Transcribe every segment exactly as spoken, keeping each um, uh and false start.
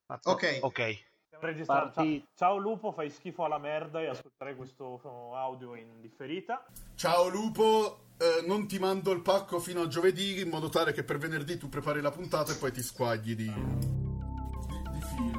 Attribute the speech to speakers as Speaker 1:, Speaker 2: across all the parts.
Speaker 1: Ok.
Speaker 2: Ok.
Speaker 3: Stiamo registrando. Ciao,
Speaker 4: Parti-
Speaker 3: ciao Lupo, fai schifo alla merda e ascolterai questo audio in differita.
Speaker 1: Ciao Lupo, eh, non ti mando il pacco fino a giovedì in modo tale che per venerdì tu prepari la puntata e poi ti squagli di, di, di film.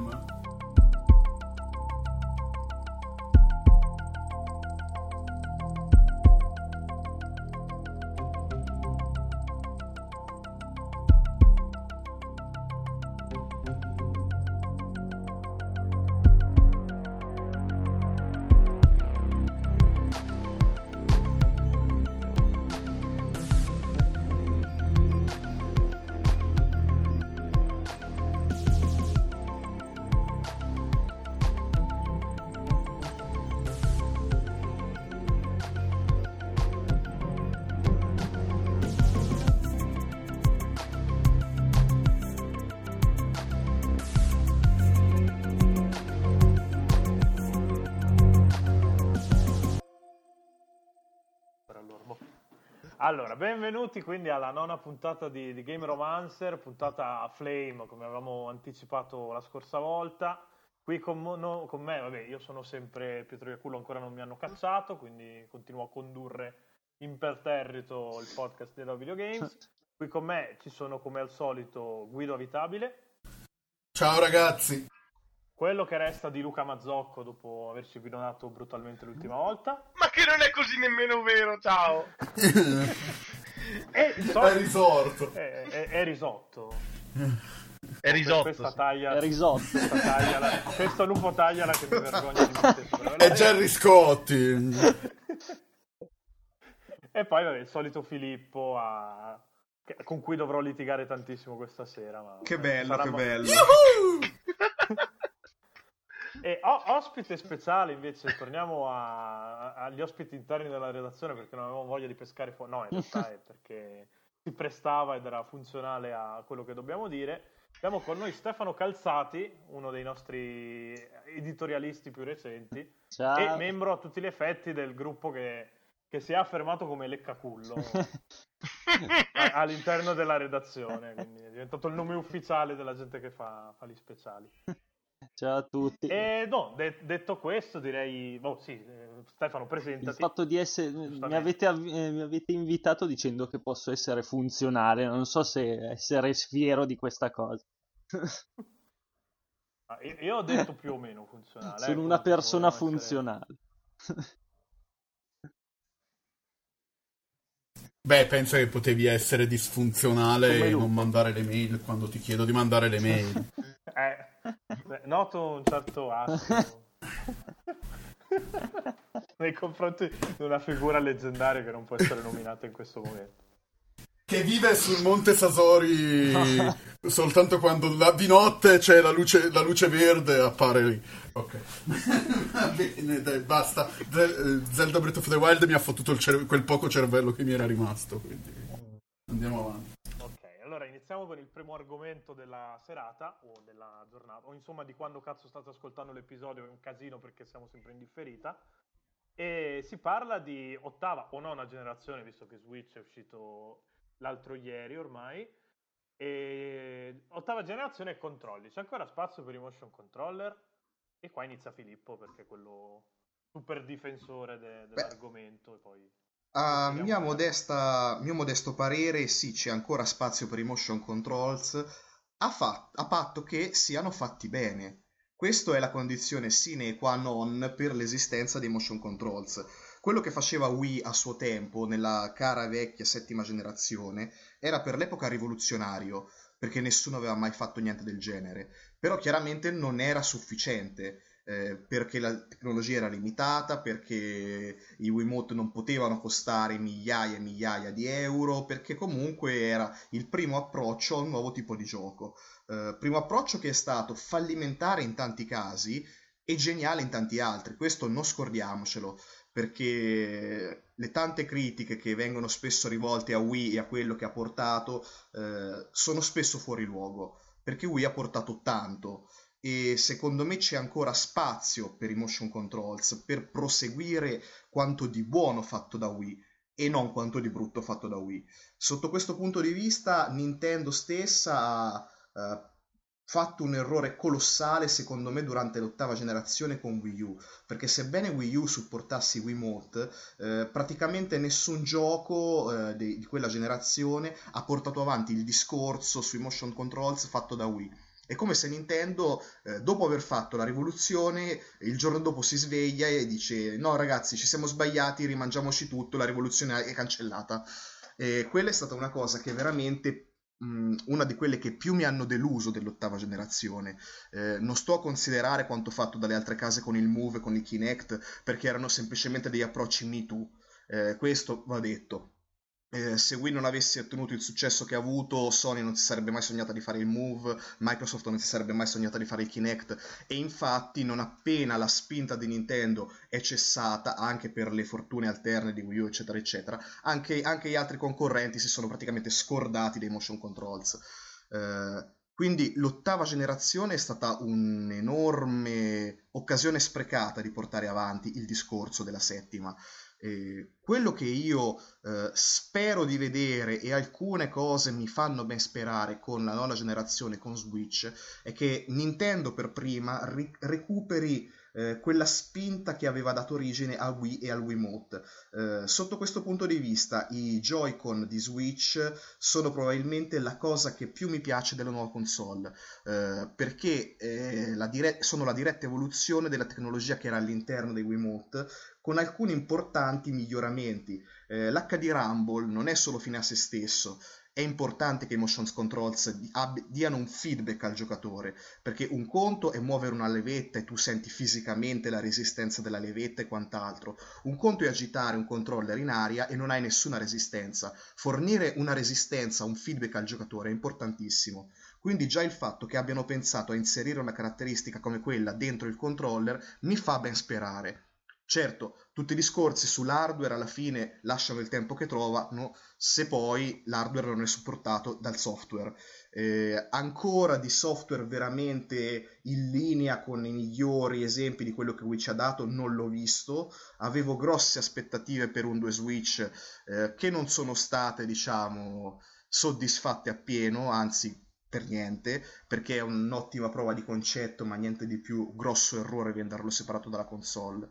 Speaker 3: Allora, benvenuti quindi alla nona puntata di, di Game Romancer, puntata a Flame, come avevamo anticipato la scorsa volta. Qui con, no, con me, vabbè, io sono sempre Pietro Iacullo, ancora non mi hanno cacciato, quindi continuo a condurre imperterrito il podcast della Videogames. Qui con me ci sono, come al solito, Guido Avitabile.
Speaker 1: Ciao ragazzi.
Speaker 3: Quello che resta di Luca Mazzocco dopo averci guidonato brutalmente l'ultima volta.
Speaker 2: Ma che non è così nemmeno vero, ciao!
Speaker 3: E il solito-
Speaker 1: È risorto.
Speaker 3: È, è- è risotto.
Speaker 2: È risotto.
Speaker 3: Questa
Speaker 2: sì.
Speaker 3: taglia,
Speaker 4: È risotto.
Speaker 3: questa tagliala, questo lupo tagliala che mi vergogno di me stesso. Però ve la
Speaker 1: È
Speaker 3: dico.
Speaker 1: Gerry Scotti.
Speaker 3: E poi vabbè, il solito Filippo a- che- con cui dovrò litigare tantissimo questa sera. Ma
Speaker 5: Che bello,
Speaker 3: sarà
Speaker 5: che
Speaker 3: mo-
Speaker 5: bello.
Speaker 3: E o- ospite speciale invece, torniamo a- agli ospiti interni della redazione perché non avevamo voglia di pescare fuori. No, in realtà è perché si prestava ed era funzionale a quello che dobbiamo dire. Abbiamo con noi Stefano Calzati, uno dei nostri editorialisti più recenti,
Speaker 4: Ciao.
Speaker 3: e membro a tutti gli effetti del gruppo che, che si è affermato come Leccacullo a- all'interno della redazione, quindi è diventato il nome ufficiale della gente che fa, fa gli speciali.
Speaker 4: Ciao a tutti.
Speaker 3: E no, de- detto questo direi, boh sì, eh, Stefano
Speaker 4: Il
Speaker 3: presentati.
Speaker 4: fatto di essere mi
Speaker 3: Giustamente.
Speaker 4: avete, avvi- eh, mi avete invitato dicendo che posso essere funzionale, non so se essere fiero di questa cosa.
Speaker 3: Ah, io, io ho detto più o meno funzionale.
Speaker 4: Sono
Speaker 3: eh,
Speaker 4: una
Speaker 3: comunque,
Speaker 4: persona
Speaker 3: vogliamo essere-
Speaker 4: funzionale.
Speaker 1: Beh, pensa che potevi essere disfunzionale
Speaker 4: Come
Speaker 1: e
Speaker 4: Lupo.
Speaker 1: non mandare le mail quando ti chiedo di mandare le mail.
Speaker 3: Eh, beh, noto un certo astio nei confronti di una figura leggendaria che non può essere nominata in questo momento.
Speaker 1: Che vive sul Monte Sasori soltanto quando la- di notte c'è la luce, la luce verde e appare lì. Ok. Va bene, dai, basta. Ze- eh, Zelda Breath of the Wild mi ha fottuto il cer- quel poco cervello che mi era rimasto, quindi andiamo avanti.
Speaker 3: Ok, allora iniziamo con il primo argomento della serata o della giornata, o insomma di quando cazzo state ascoltando l'episodio, è un casino perché siamo sempre in differita. E si parla di ottava o nona generazione, visto che Switch è uscito l'altro ieri ormai. E ottava generazione e controlli. C'è ancora spazio per i motion controller? E qua inizia Filippo perché è quello super difensore de- dell'argomento. E poi
Speaker 5: A
Speaker 3: vediamo
Speaker 5: mia
Speaker 3: come-
Speaker 5: modesta, mio modesto parere, sì, c'è ancora spazio per i motion controls, a, fa- a patto che siano fatti bene. Questa è la condizione sine qua non per l'esistenza dei motion controls. Quello che faceva Wii a suo tempo, nella cara vecchia settima generazione, era per l'epoca rivoluzionario, perché nessuno aveva mai fatto niente del genere. Però chiaramente non era sufficiente. eh, perché la tecnologia era limitata, perché i Wiimote non potevano costare migliaia e migliaia di euro, perché comunque era il primo approccio a un nuovo tipo di gioco. Eh, primo approccio che è stato fallimentare in tanti casi e geniale in tanti altri, questo non scordiamocelo, perché le tante critiche che vengono spesso rivolte a Wii e a quello che ha portato eh, sono spesso fuori luogo, perché Wii ha portato tanto. E secondo me c'è ancora spazio per i motion controls per proseguire quanto di buono fatto da Wii e non quanto di brutto fatto da Wii. Sotto questo punto di vista Nintendo stessa ha, eh, fatto un errore colossale secondo me durante l'ottava generazione con Wii U, perché sebbene Wii U supportassi Wiimote, eh, praticamente nessun gioco eh, di, di quella generazione ha portato avanti il discorso sui motion controls fatto da Wii. È come se Nintendo, eh, dopo aver fatto la rivoluzione, il giorno dopo si sveglia e dice no ragazzi, ci siamo sbagliati, rimangiamoci tutto, la rivoluzione è cancellata. E quella è stata una cosa che veramente una di quelle che più mi hanno deluso dell'ottava generazione. Eh, non sto a considerare quanto fatto dalle altre case con il Move e con il Kinect, perché erano semplicemente degli approcci Me Too. Eh, questo va detto. Eh, se Wii non avesse ottenuto il successo che ha avuto, Sony non si sarebbe mai sognata di fare il Move, Microsoft non si sarebbe mai sognata di fare il Kinect, e infatti non appena la spinta di Nintendo è cessata, anche per le fortune alterne di Wii U eccetera eccetera, anche, anche gli altri concorrenti si sono praticamente scordati dei motion controls. Eh, quindi l'ottava generazione è stata un'enorme occasione sprecata di portare avanti il discorso della settima. Eh, quello che io eh, spero di vedere, e alcune cose mi fanno ben sperare con la nona generazione, con Switch, è che Nintendo per prima ri- recuperi eh, quella spinta che aveva dato origine a Wii e al Wiimote. Eh, sotto questo punto di vista i Joy-Con di Switch sono probabilmente la cosa che più mi piace della nuova console, eh, perché eh, la dire- sono la diretta evoluzione della tecnologia che era all'interno dei Wiimote, con alcuni importanti miglioramenti. Eh, L'H D Rumble non è solo fine a se stesso, è importante che i motion controls di- ab- diano un feedback al giocatore, perché un conto è muovere una levetta e tu senti fisicamente la resistenza della levetta e quant'altro, un conto è agitare un controller in aria e non hai nessuna resistenza. Fornire una resistenza, un feedback al giocatore è importantissimo. Quindi già il fatto che abbiano pensato a inserire una caratteristica come quella dentro il controller mi fa ben sperare. Certo, tutti i discorsi sull'hardware alla fine lasciano il tempo che trovano, se poi l'hardware non è supportato dal software. Eh, ancora di software veramente in linea con i migliori esempi di quello che Wii ci ha dato non l'ho visto. Avevo grosse aspettative per un due Switch eh, che non sono state, diciamo, soddisfatte appieno, anzi per niente, perché è un'ottima prova di concetto, ma niente di più. Grosso errore venderlo separato dalla console.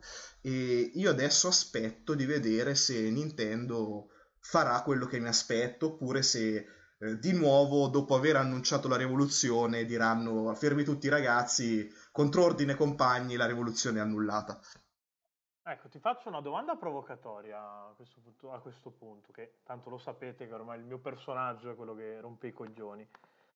Speaker 5: E io adesso aspetto di vedere se Nintendo farà quello che mi aspetto, oppure se eh, di nuovo, dopo aver annunciato la rivoluzione, diranno fermi tutti ragazzi, contrordine compagni, la rivoluzione è annullata.
Speaker 3: Ecco, ti faccio una domanda provocatoria a questo punto, a questo punto, che tanto lo sapete che ormai il mio personaggio è quello che rompe i coglioni.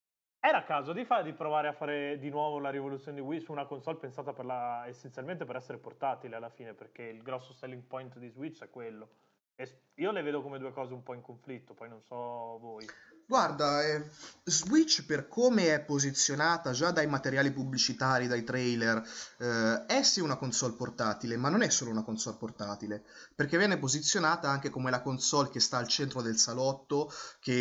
Speaker 3: Era caso di, fa- di provare a fare di nuovo la rivoluzione di Wii su una console pensata per la- essenzialmente per essere portatile alla fine, perché il grosso selling point di Switch è quello. E s- io le vedo come due cose un po' in conflitto, poi non so voi.
Speaker 5: Guarda, eh, Switch per come è posizionata già dai materiali pubblicitari, dai trailer, eh, è sì una console portatile, ma non è solo una console portatile, perché viene posizionata anche come la console che sta al centro del salotto,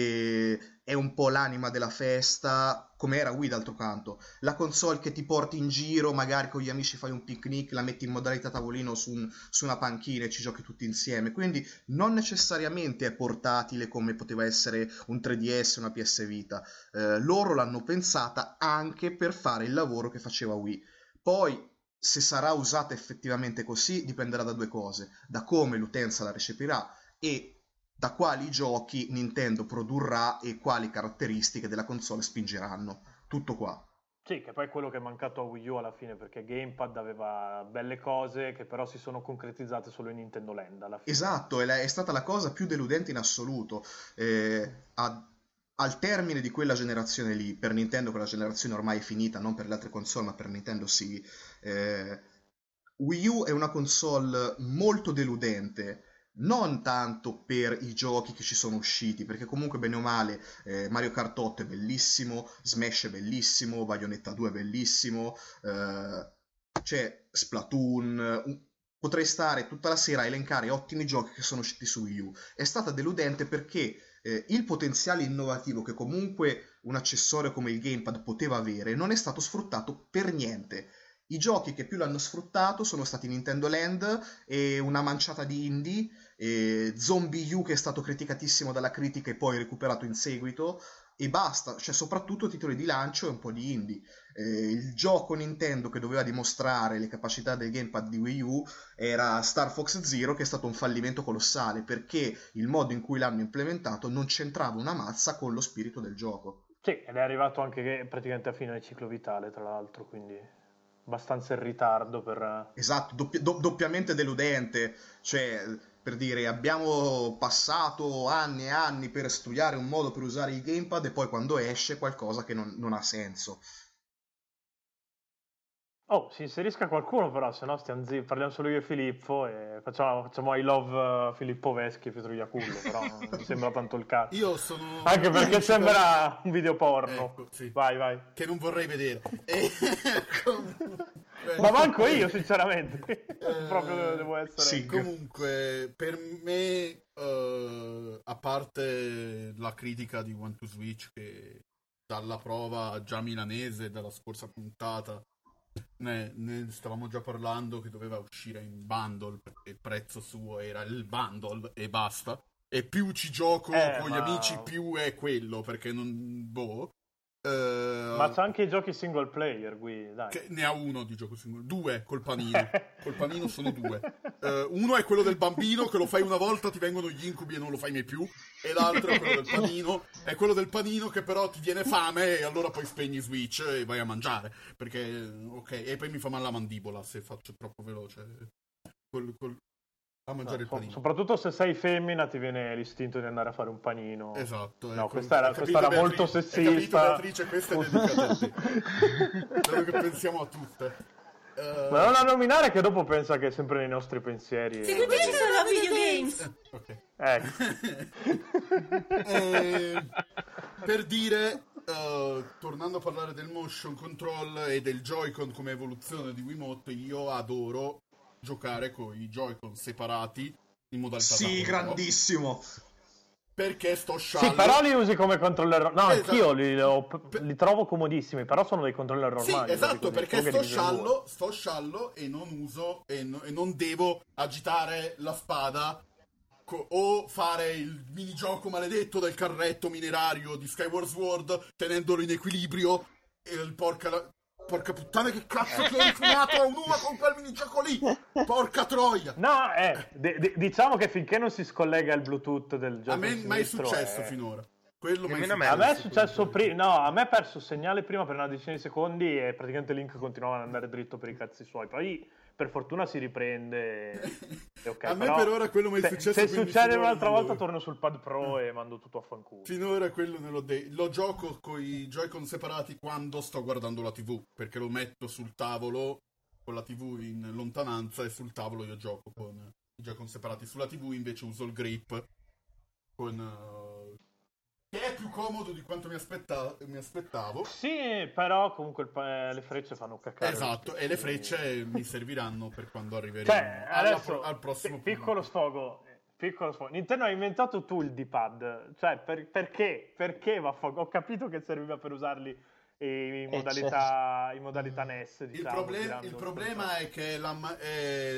Speaker 5: che è un po' l'anima della festa, come era Wii d'altro canto. La console che ti porti in giro, magari con gli amici fai un picnic, la metti in modalità tavolino su, un- su una panchina e ci giochi tutti insieme, quindi non necessariamente è portatile come poteva essere un tre D S, una P S Vita. Eh, loro l'hanno pensata anche per fare il lavoro che faceva Wii. Poi, se sarà usata effettivamente così, dipenderà da due cose: da come l'utenza la recepirà e da quali giochi Nintendo produrrà e quali caratteristiche della console spingeranno. Tutto qua.
Speaker 3: Sì, che poi è quello che è mancato a Wii U alla fine, perché Gamepad aveva belle cose che però si sono concretizzate solo in Nintendo Land alla fine.
Speaker 5: Esatto, è, la- è stata la cosa più deludente in assoluto. Eh, a- al termine di quella generazione lì, per Nintendo quella generazione ormai è finita, non per le altre console, ma per Nintendo sì. eh, Wii U è una console molto deludente, non tanto per i giochi che ci sono usciti, perché comunque bene o male eh, Mario Kart otto è bellissimo, Smash è bellissimo, Bayonetta due è bellissimo, eh, c'è Splatoon, un- potrei stare tutta la sera a elencare ottimi giochi che sono usciti su Wii U. È stata deludente perché eh, il potenziale innovativo che comunque un accessorio come il Gamepad poteva avere non è stato sfruttato per niente. I giochi che più l'hanno sfruttato sono stati Nintendo Land e una manciata di indie, e Zombie U che è stato criticatissimo dalla critica e poi recuperato in seguito, e basta, cioè soprattutto titoli di lancio e un po' di indie. Eh, il gioco Nintendo che doveva dimostrare le capacità del gamepad di Wii U era Star Fox Zero, che è stato un fallimento colossale perché il modo in cui l'hanno implementato non c'entrava una mazza con lo spirito del gioco.
Speaker 3: Sì, ed è arrivato anche praticamente a fine del ciclo vitale, tra l'altro, quindi abbastanza in ritardo per...
Speaker 5: Esatto, doppia- do- doppiamente deludente, cioè per dire abbiamo passato anni e anni per studiare un modo per usare il gamepad e poi quando esce qualcosa che non, non ha senso.
Speaker 3: Oh, si inserisca qualcuno però, se no stiamo zitti, parliamo solo io e Filippo e facciamo, facciamo I love uh, Filippo Veschi e Pietro Iacullo, però non mi sembra tanto il caso.
Speaker 1: Io sono...
Speaker 3: Anche perché
Speaker 1: io
Speaker 3: sembra
Speaker 1: per...
Speaker 3: un video porno.
Speaker 1: Ecco, sì.
Speaker 3: Vai, vai.
Speaker 1: Che non vorrei vedere. E...
Speaker 3: Ma manco io, sinceramente.
Speaker 1: Eh,
Speaker 3: Proprio devo essere...
Speaker 5: sì.
Speaker 1: Comunque, per me, eh, a parte la critica di One to Switch, che dalla prova già milanese dalla scorsa puntata, ne, ne stavamo già parlando che doveva uscire in bundle, perché il prezzo suo era il bundle e basta. E più ci gioco
Speaker 3: Eh,
Speaker 1: con
Speaker 3: ma-
Speaker 1: gli amici, più è quello, perché non... boh. Eh,
Speaker 3: Ma c'è anche i giochi single player qui, dai.
Speaker 1: che ne ha uno di gioco singolo, due col panino. Col panino sono due. Eh, uno è quello del bambino che lo fai una volta, ti vengono gli incubi e non lo fai mai più. E l'altro è quello del panino. È quello del panino che però ti viene fame e allora poi spegni Switch e vai a mangiare. Perché, ok, e poi mi fa male la mandibola se faccio troppo veloce. Col, col- a mangiare il
Speaker 3: So-
Speaker 1: panino.
Speaker 3: soprattutto se sei femmina ti viene l'istinto di andare a fare un panino.
Speaker 1: Esatto.
Speaker 3: No,
Speaker 1: ecco.
Speaker 3: questa era,
Speaker 1: Hai
Speaker 3: questa
Speaker 1: capito,
Speaker 3: era molto
Speaker 1: Beatrice? Hai capito,
Speaker 3: sessista.
Speaker 1: Beatrice? Questa è dedicata a te. Quello che pensiamo a tutte. Eh,
Speaker 3: Ma non la nominare che dopo pensa che è sempre nei nostri pensieri.
Speaker 6: Seguiteci sulla videogames.
Speaker 1: ok.
Speaker 3: Ecco.
Speaker 1: Eh, per dire, eh, tornando a parlare del motion control e del Joy-Con come evoluzione di Wiimote, io adoro giocare con i Joy-Con separati in modalità
Speaker 5: Sì,
Speaker 1: download,
Speaker 5: grandissimo.
Speaker 1: perché sto sciallo.
Speaker 3: Sì, però li usi come controller. No,
Speaker 1: Esatto.
Speaker 3: anch'io li, ho- li trovo comodissimi, però sono dei controller
Speaker 1: Sì,
Speaker 3: normali.
Speaker 1: esatto,
Speaker 3: così,
Speaker 1: perché
Speaker 3: solo che
Speaker 1: sto
Speaker 3: divisi in due.
Speaker 1: sciallo, sto sciallo e non uso e, no- e non devo agitare la spada co- o fare il minigioco maledetto del carretto minerario di Skyward Sword tenendolo in equilibrio e il porca la- porca puttana, che cazzo ti ho infumato a un'uva con quel minigioco lì, porca troia.
Speaker 3: No, eh, di- di- diciamo che finché non si scollega il Bluetooth del gioco
Speaker 1: A me mai è
Speaker 3: sinistro,
Speaker 1: successo
Speaker 3: eh,
Speaker 1: finora. Quello mai
Speaker 2: Nemmeno a me.
Speaker 3: A
Speaker 1: successo.
Speaker 3: me è successo prima, no, a me ha perso il segnale prima per una decina di secondi e praticamente Link continuava ad andare dritto per i cazzi suoi. Poi per fortuna si riprende. E ok,
Speaker 1: A me
Speaker 3: però
Speaker 1: per ora quello mi è
Speaker 3: se,
Speaker 1: successo,
Speaker 3: Se
Speaker 1: quindi
Speaker 3: succede
Speaker 1: finora
Speaker 3: un'altra
Speaker 1: non lo-
Speaker 3: volta torno sul pad pro e mando tutto a fanculo.
Speaker 1: Finora quello ne lo, de- lo gioco con i Joy-Con separati quando sto guardando la tivù, perché lo metto sul tavolo con la tivù in lontananza e sul tavolo io gioco con i Joy-Con separati. Sulla tivù invece uso il grip con eh, che è più comodo di quanto mi, aspetta- mi aspettavo.
Speaker 3: Sì, però comunque il pa- le frecce fanno cacare.
Speaker 1: Esatto, e le frecce mi serviranno per quando arriveremo
Speaker 3: Cioè,
Speaker 1: alla
Speaker 3: adesso,
Speaker 1: pro- al prossimo
Speaker 3: pi- piccolo sfogo. Piccolo sfogo. Nintendo ha inventato tu il D-pad. Cioè, per- perché? Perché va a fuoco? Ho capito che serviva per usarli in
Speaker 4: Eh,
Speaker 3: modalità, in modalità N E S,
Speaker 1: Il,
Speaker 3: diciamo.
Speaker 1: problem-
Speaker 3: girando
Speaker 1: il
Speaker 3: il
Speaker 1: problema è che la ma- è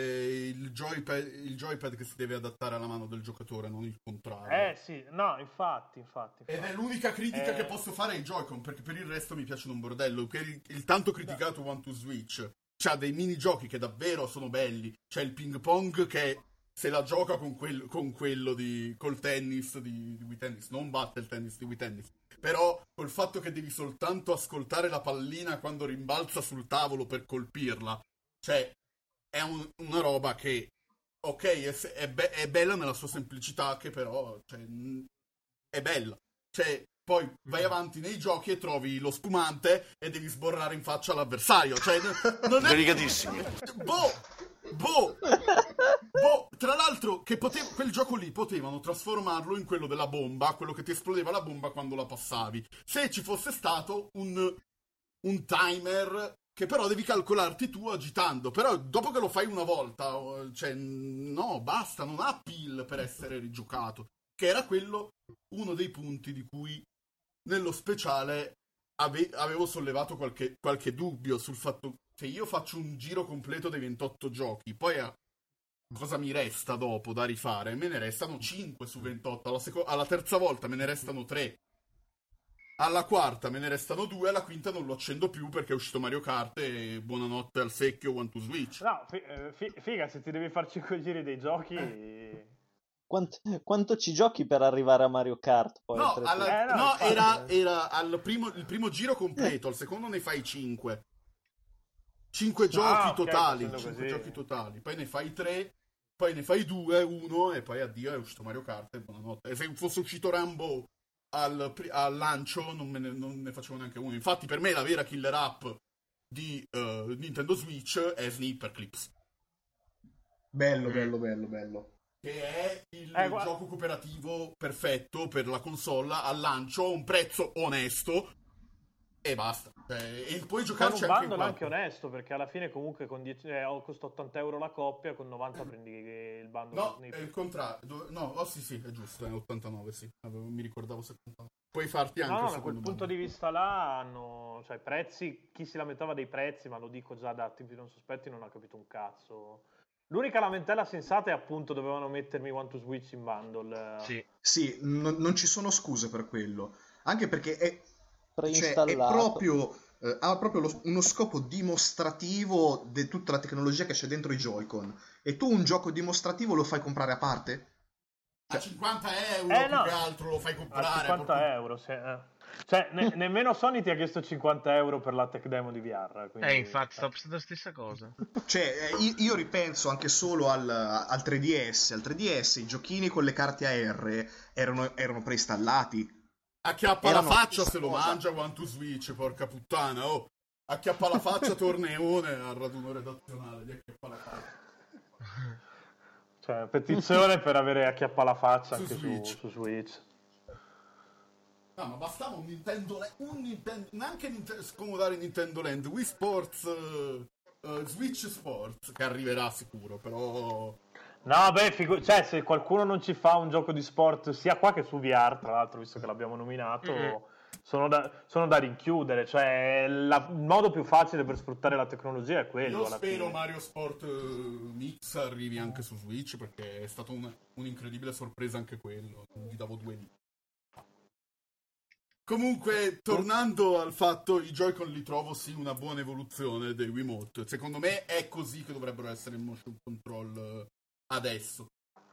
Speaker 1: il, joypad, il joypad che si deve adattare alla mano del giocatore, non il contrario.
Speaker 3: Eh sì, no, infatti, infatti.
Speaker 1: Ed è
Speaker 3: infatti.
Speaker 1: l'unica critica
Speaker 3: Eh.
Speaker 1: che posso fare ai Joy-Con, perché per il resto mi piacciono un bordello. Che il, il tanto criticato One to Switch c'ha dei minigiochi che davvero sono belli. C'è il ping pong che se la gioca con, quel- con quello di col tennis di, di Wii Tennis, non batte il tennis di Wii Tennis. Però col fatto che devi soltanto ascoltare la pallina quando rimbalza sul tavolo per colpirla, cioè è un- una roba che ok, è, se- è be- è bella nella sua semplicità, che però cioè, mh, è bella. Cioè, poi vai avanti nei giochi e trovi lo spumante e devi sborrare in faccia all'avversario. Cioè, n- non è...
Speaker 2: Delicatissimi.
Speaker 1: Boh! Boh! Boh! Tra l'altro, che pote- quel gioco lì potevano trasformarlo in quello della bomba, quello che ti esplodeva la bomba quando la passavi. Se ci fosse stato un, un timer che però devi calcolarti tu agitando. Però dopo che lo fai una volta, oh, cioè, no, basta, non ha appeal per essere rigiocato. Che era quello, uno dei punti di cui nello speciale ave- avevo sollevato qualche, qualche dubbio sul fatto che io faccio un giro completo dei ventotto giochi, poi a cosa mi resta dopo da rifare? Me ne restano cinque su ventotto, alla, seco- alla terza volta me ne restano tre. alla quarta me ne restano due, alla quinta non lo accendo più perché è uscito Mario Kart e buonanotte al secchio One to Switch.
Speaker 3: No, fi- eh, fi- figa, se ti devi far cinque giri dei giochi...
Speaker 4: Quant- quanto ci giochi per arrivare a Mario Kart? Poi,
Speaker 1: No,
Speaker 4: oltre
Speaker 1: alla-
Speaker 3: Eh, no,
Speaker 1: no,
Speaker 3: infatti.
Speaker 1: era, era al primo, il primo giro completo, al secondo ne fai cinque. Cinque giochi
Speaker 3: ok,
Speaker 1: totali,
Speaker 3: facendo
Speaker 1: cinque
Speaker 3: così.
Speaker 1: giochi totali. Poi ne fai tre, poi ne fai due, uno e poi addio, è uscito Mario Kart e buonanotte. E se fosse uscito Rambo al, pri- al lancio non, me ne, non ne facevo neanche uno. Infatti per me la vera killer app di eh, Nintendo Switch è Sniper Clips,
Speaker 5: Bello, bello, bello, bello.
Speaker 1: che è il
Speaker 3: Eh, guarda-
Speaker 1: gioco cooperativo perfetto per la console al lancio, a un prezzo onesto e basta. Cioè, e puoi
Speaker 3: Con
Speaker 1: giocarci
Speaker 3: un
Speaker 1: anche in
Speaker 3: bundle anche
Speaker 1: quattro.
Speaker 3: onesto, perché alla fine comunque con dieci, eh, costa ottanta euro la coppia, con novanta prendi il bundle.
Speaker 1: No,
Speaker 3: di
Speaker 1: è
Speaker 3: Sniper.
Speaker 1: il contrario. Do- No, oh sì, sì, è giusto, è ottantanove, sì. Avevo- mi ricordavo settantanove. Puoi farti anche
Speaker 3: No,
Speaker 1: il
Speaker 3: no, da quel
Speaker 1: secondo
Speaker 3: punto
Speaker 1: bundle.
Speaker 3: di vista là hanno, cioè, prezzi, chi si lamentava dei prezzi, ma lo dico già da tempi non sospetti, non ha capito un cazzo. L'unica lamentela sensata è appunto dovevano mettermi One to Switch in bundle.
Speaker 2: Sì.
Speaker 5: Sì, non- non ci sono scuse per quello. Anche perché è, cioè, è
Speaker 4: Preinstallato.
Speaker 5: proprio, eh, ha proprio lo- uno scopo dimostrativo di tutta la tecnologia che c'è dentro i Joy-Con. E tu un gioco dimostrativo lo fai comprare a parte?
Speaker 1: A cinquanta euro
Speaker 3: Eh,
Speaker 1: più
Speaker 3: no.
Speaker 1: che altro lo fai
Speaker 3: A
Speaker 1: comprare.
Speaker 3: cinquanta
Speaker 1: proprio-
Speaker 3: euro, sì, eh. Cioè, ne- nemmeno Sony ti ha chiesto cinquanta euro per la tech demo di V R. Quindi,
Speaker 2: Eh, infatti, sto pensando la stessa cosa.
Speaker 5: Cioè, eh, io, io ripenso anche solo al, al tre D S. Al tre D S i giochini con le carte A R erano, erano preinstallati.
Speaker 1: Acchiappa
Speaker 5: Erano
Speaker 1: la faccia
Speaker 5: stessa
Speaker 1: se lo
Speaker 5: cosa.
Speaker 1: mangia One to Switch, porca puttana, oh. Acchiappa la faccia, torneone al raduno redazionale di Acchiappa la faccia.
Speaker 3: Cioè, petizione per avere acchiappa la faccia
Speaker 1: Su
Speaker 3: anche
Speaker 1: Switch.
Speaker 3: Su, su Switch.
Speaker 1: No, ma bastava un Nintendo Land, un Nintendo, neanche Ninte- scomodare Nintendo Land, Wii Sports, eh, eh, Switch Sports, che arriverà sicuro, però...
Speaker 3: No, beh, figu- cioè, se qualcuno non ci fa un gioco di sport, sia qua che su V R, tra l'altro, visto che l'abbiamo nominato,
Speaker 2: Mm-mm.
Speaker 3: sono, da, sono da rinchiudere. Cioè, la- il modo più facile per sfruttare la tecnologia è quello.
Speaker 1: Io
Speaker 3: alla
Speaker 1: spero
Speaker 3: fine.
Speaker 1: Mario Sport eh, Mix arrivi anche su Switch, perché è stata un- un'incredibile sorpresa anche quello, non gli davo due lì. Comunque, tornando al fatto, i Joy-Con li trovo sì una buona evoluzione dei Wiimote. Secondo me è così che dovrebbero essere in motion control eh, adesso.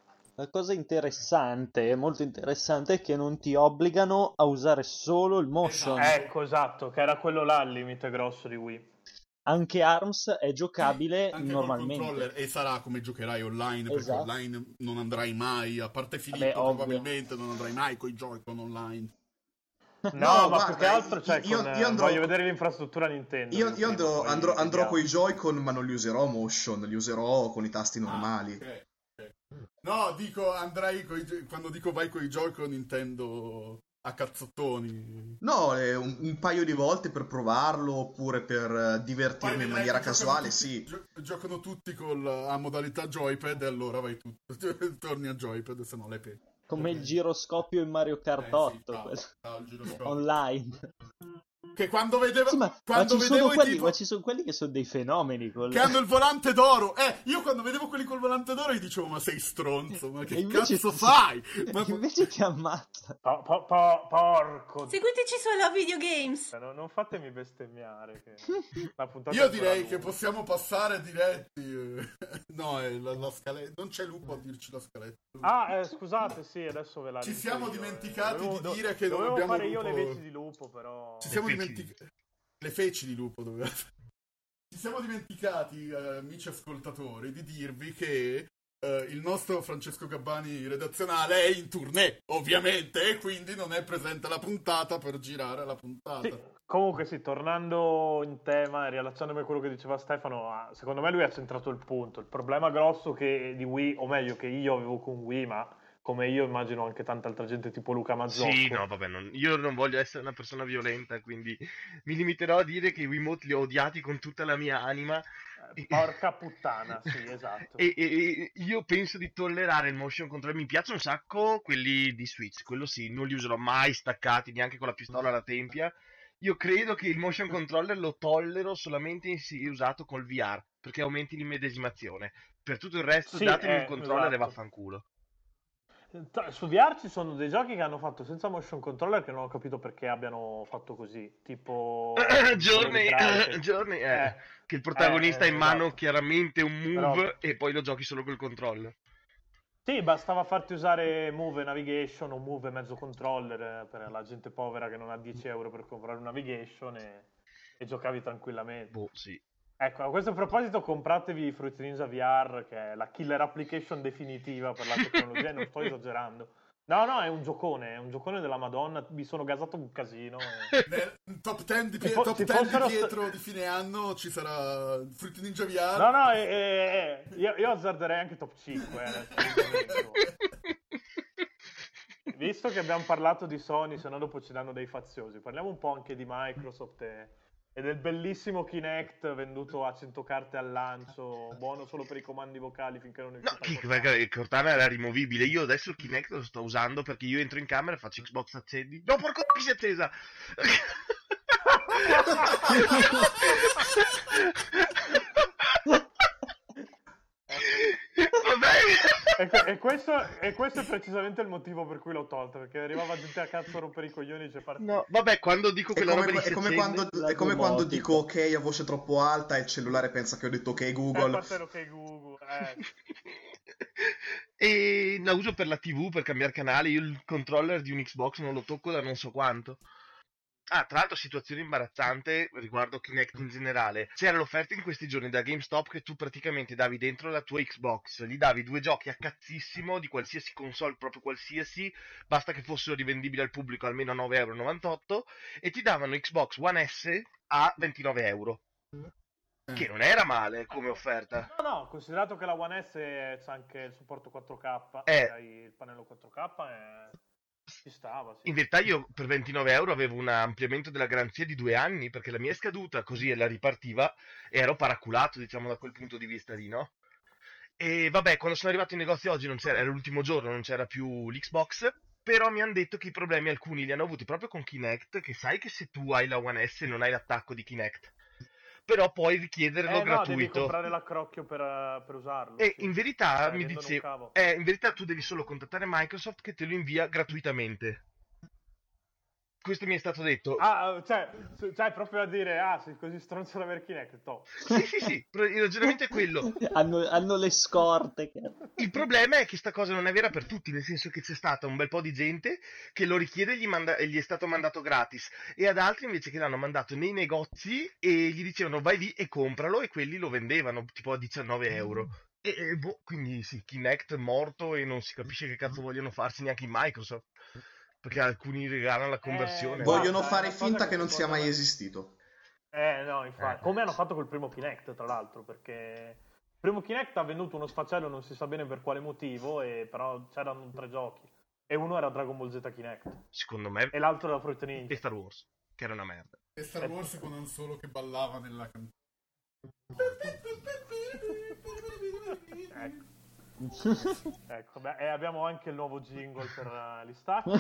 Speaker 4: La cosa interessante, molto interessante, è che non ti obbligano a usare solo il motion.
Speaker 1: Esatto.
Speaker 3: Ecco, esatto, che era quello là il limite grosso di Wii.
Speaker 4: Anche ARMS è giocabile
Speaker 1: Anche col
Speaker 4: normalmente.
Speaker 1: controller, e sarà come giocherai online, perché
Speaker 4: Esatto.
Speaker 1: online non andrai mai, a parte Filippo
Speaker 4: Vabbè, ovvio.
Speaker 1: probabilmente non andrai mai con i Joy-Con online.
Speaker 3: No,
Speaker 5: No,
Speaker 3: ma
Speaker 5: guarda,
Speaker 3: più che altro, cioè,
Speaker 5: io-
Speaker 3: con,
Speaker 5: io andrò-
Speaker 3: voglio vedere l'infrastruttura Nintendo.
Speaker 5: Io,
Speaker 3: prima
Speaker 5: io andrò,
Speaker 3: poi
Speaker 5: andrò, andrò
Speaker 3: vediamo.
Speaker 5: con i Joy-Con, ma non li userò motion, li userò con i tasti normali.
Speaker 1: Ah, ok, ok. No, dico andrai coi, gio- quando dico vai con i Joy-Con intendo a cazzottoni.
Speaker 5: No, eh, un, un paio di volte per provarlo, oppure per eh, divertirmi
Speaker 1: Poi
Speaker 5: in
Speaker 1: vedrai
Speaker 5: maniera
Speaker 1: che giocano
Speaker 5: casuale,
Speaker 1: tutti-
Speaker 5: sì.
Speaker 1: gio- giocano tutti col, a modalità joypad e allora vai tu torni a joypad, se no le pe.
Speaker 4: Come il giroscopio in Mario Kart
Speaker 1: Eh, sì,
Speaker 4: otto,
Speaker 1: bravo,
Speaker 4: quello-
Speaker 1: bravo, il giroscopio.
Speaker 4: online.
Speaker 1: Che quando vedevo
Speaker 4: Sì, ma, ma
Speaker 1: quando
Speaker 4: ci
Speaker 1: vedevo
Speaker 4: sono
Speaker 1: i
Speaker 4: quelli,
Speaker 1: tipo
Speaker 4: ma ci sono quelli che sono dei fenomeni. Col...
Speaker 1: che hanno il volante d'oro, eh, io quando vedevo quelli col volante d'oro gli dicevo ma sei stronzo, ma
Speaker 4: E
Speaker 1: che
Speaker 4: invece
Speaker 1: cazzo
Speaker 4: ti-
Speaker 1: fai? Ma
Speaker 4: Invece ti ammazza.
Speaker 3: Po- po- po- porco.
Speaker 6: Seguiteci su Love Video Games.
Speaker 3: Cioè, non, non fatemi bestemmiare. Che la puntata
Speaker 1: io
Speaker 3: è ancora
Speaker 1: direi
Speaker 3: lunga.
Speaker 1: che possiamo passare diretti. eh. No, è la, la scaletta. Non c'è Lupo a dirci la scaletta.
Speaker 3: Ah, eh, scusate, sì, adesso ve la
Speaker 1: Ci
Speaker 3: dico
Speaker 1: siamo
Speaker 3: io,
Speaker 1: dimenticati
Speaker 3: eh.
Speaker 1: di dire che non
Speaker 3: dovevo
Speaker 1: abbiamo
Speaker 3: fare io
Speaker 1: lupo-
Speaker 3: le veci di lupo, però.
Speaker 1: Ci siamo
Speaker 2: Le feci
Speaker 1: dimenticati. Le feci di lupo doveva. Ci siamo dimenticati, eh, amici ascoltatori, di dirvi che eh, il nostro Francesco Gabbani redazionale è in tournée, ovviamente, e quindi non è presente alla puntata per girare la puntata.
Speaker 3: Sì, comunque sì, tornando in tema e riallacciandomi a quello che diceva Stefano, ah, secondo me lui ha centrato il punto. Il problema grosso che di Wii, o meglio che io avevo con Wii, ma come io immagino anche tanta altra gente tipo Luca Mazzocco.
Speaker 2: Sì, no, vabbè, non- io non voglio essere una persona violenta, quindi mi limiterò a dire che i Wiimote li ho odiati con tutta la mia anima.
Speaker 3: Eh, Porca puttana, sì, esatto.
Speaker 2: E, e- e io penso di tollerare il motion control. Mi piacciono un sacco quelli di Switch, quello sì, non li userò mai staccati, neanche con la pistola alla tempia. Io credo che il motion controller lo tollero solamente se usato col V R, perché aumenti l'immedesimazione. Per tutto il resto
Speaker 3: Sì,
Speaker 2: datemi
Speaker 3: eh,
Speaker 2: un controller e
Speaker 3: esatto.
Speaker 2: vaffanculo.
Speaker 3: t- su V R ci sono dei giochi che hanno fatto senza motion controller che non ho capito perché abbiano fatto così, tipo
Speaker 2: Journey,
Speaker 3: Cry,
Speaker 2: Journey eh,
Speaker 3: eh,
Speaker 2: che il protagonista
Speaker 3: eh,
Speaker 2: ha in mano
Speaker 3: esatto.
Speaker 2: chiaramente un move
Speaker 3: Però-
Speaker 2: e poi lo giochi solo col controller.
Speaker 3: Sì, bastava farti usare Move Navigation o Move mezzo controller eh, per la gente povera che non ha dieci euro per comprare un Navigation e, e giocavi tranquillamente.
Speaker 2: Boh, sì.
Speaker 3: Ecco, a questo proposito compratevi Fruit Ninja V R, che è la killer application definitiva per la tecnologia, e non sto esagerando. No, no, è un giocone, è un giocone della Madonna, mi sono gasato un casino. E...
Speaker 1: Nel top dieci di,
Speaker 3: Se
Speaker 1: Pie-
Speaker 3: fo-
Speaker 1: top
Speaker 3: se
Speaker 1: dieci
Speaker 3: fossero
Speaker 1: di Pietro di fine anno ci sarà Fruit Ninja V R.
Speaker 3: No, no, eh, eh, eh, io, io azzarderei anche top cinque. Eh, nel senso. Visto che abbiamo parlato di Sony, se no dopo ci danno dei faziosi, parliamo un po' anche di Microsoft e, e del bellissimo Kinect venduto a cento carte al lancio, buono solo per i comandi vocali finché non è
Speaker 2: No,
Speaker 3: uscita
Speaker 2: che,
Speaker 3: Cortana.
Speaker 2: perché il Cortana era rimovibile. Io adesso il Kinect lo sto usando perché io entro in camera e faccio Xbox accendi. No, porco che si è accesa!
Speaker 3: E, que- e questo, e questo è precisamente il motivo per cui l'ho tolto, perché arrivava gente a cazzo a rompere i coglioni e c'è partito.
Speaker 2: No, vabbè, quando dico
Speaker 5: È
Speaker 2: quella
Speaker 5: come,
Speaker 2: roba di
Speaker 5: è come
Speaker 2: si
Speaker 5: quando,
Speaker 2: accende-
Speaker 5: è come quando
Speaker 4: domotica.
Speaker 5: dico ok a voce troppo alta e il cellulare pensa che ho detto ok
Speaker 3: Eh,
Speaker 5: Google.
Speaker 3: fatelo che Google, eh.
Speaker 2: E la uso per la tivù, per cambiare canale. Io il controller di un Xbox non lo tocco da non so quanto. Ah, tra l'altro situazione imbarazzante riguardo Kinect in generale. C'era l'offerta in questi giorni da GameStop che tu praticamente davi dentro la tua Xbox, gli davi due giochi a cazzissimo di qualsiasi console, proprio qualsiasi, basta che fossero rivendibili al pubblico almeno a nove virgola novantotto euro, e ti davano Xbox One S a ventinove euro. Che non era male come offerta.
Speaker 3: No, no, considerato che la One S c'ha anche il supporto quattro K,
Speaker 2: Eh.
Speaker 3: e hai il pannello quattro K, e... ci stava, sì.
Speaker 2: In verità io per ventinove euro avevo un ampliamento della garanzia di due anni perché la mia è scaduta, così la ripartiva e ero paraculato, diciamo, da quel punto di vista lì, no? E vabbè, quando sono arrivato in negozio oggi non c'era, era l'ultimo giorno, non c'era più l'Xbox, però mi hanno detto che i problemi alcuni li hanno avuti proprio con Kinect, che sai che se tu hai la One S non hai l'attacco di Kinect, però puoi richiederlo
Speaker 3: Eh no, devi
Speaker 2: gratuito.
Speaker 3: comprare l'accrocchio per, eh, per usarlo.
Speaker 2: E
Speaker 3: sì.
Speaker 2: in verità
Speaker 3: Eh,
Speaker 2: mi
Speaker 3: vendono un
Speaker 2: dice,
Speaker 3: cavo.
Speaker 2: eh, in verità tu devi solo contattare Microsoft che te lo invia gratuitamente. Questo mi è stato detto.
Speaker 3: Ah, cioè, cioè, proprio a dire, ah, sei così stronzo da avere Kinect, top.
Speaker 2: Sì, sì, sì, però il ragionamento è quello.
Speaker 4: hanno, hanno le scorte. Che...
Speaker 2: Il problema è che sta cosa non è vera per tutti, nel senso che c'è stata un bel po' di gente che lo richiede e gli, manda- e gli è stato mandato gratis, e ad altri invece che l'hanno mandato nei negozi e gli dicevano vai lì e compralo, e quelli lo vendevano tipo a diciannove euro. E, e boh, quindi sì, Kinect è morto e non si capisce che cazzo vogliono farsi neanche in Microsoft, perché alcuni regalano la conversione.
Speaker 3: Eh,
Speaker 5: Vogliono
Speaker 3: guarda, è
Speaker 5: fare
Speaker 3: una cosa
Speaker 5: finta
Speaker 3: che
Speaker 5: che non sia
Speaker 3: secondo
Speaker 5: mai
Speaker 3: me-
Speaker 5: esistito.
Speaker 3: Eh, no, infatti.
Speaker 2: Eh.
Speaker 3: Come hanno fatto col primo Kinect, tra l'altro, perché il primo Kinect ha venduto uno sfaccello, non si sa bene per quale motivo, e però c'erano tre giochi. E uno era Dragon Ball Z Kinect,
Speaker 2: Secondo me
Speaker 3: e l'altro era Fruit
Speaker 2: è
Speaker 3: Ninja.
Speaker 2: Star Wars, che era una merda.
Speaker 1: E Star Wars con Han Solo che ballava nella canzone.
Speaker 3: Ecco. Ecco, beh, e abbiamo anche il nuovo jingle per uh, gli stacchi.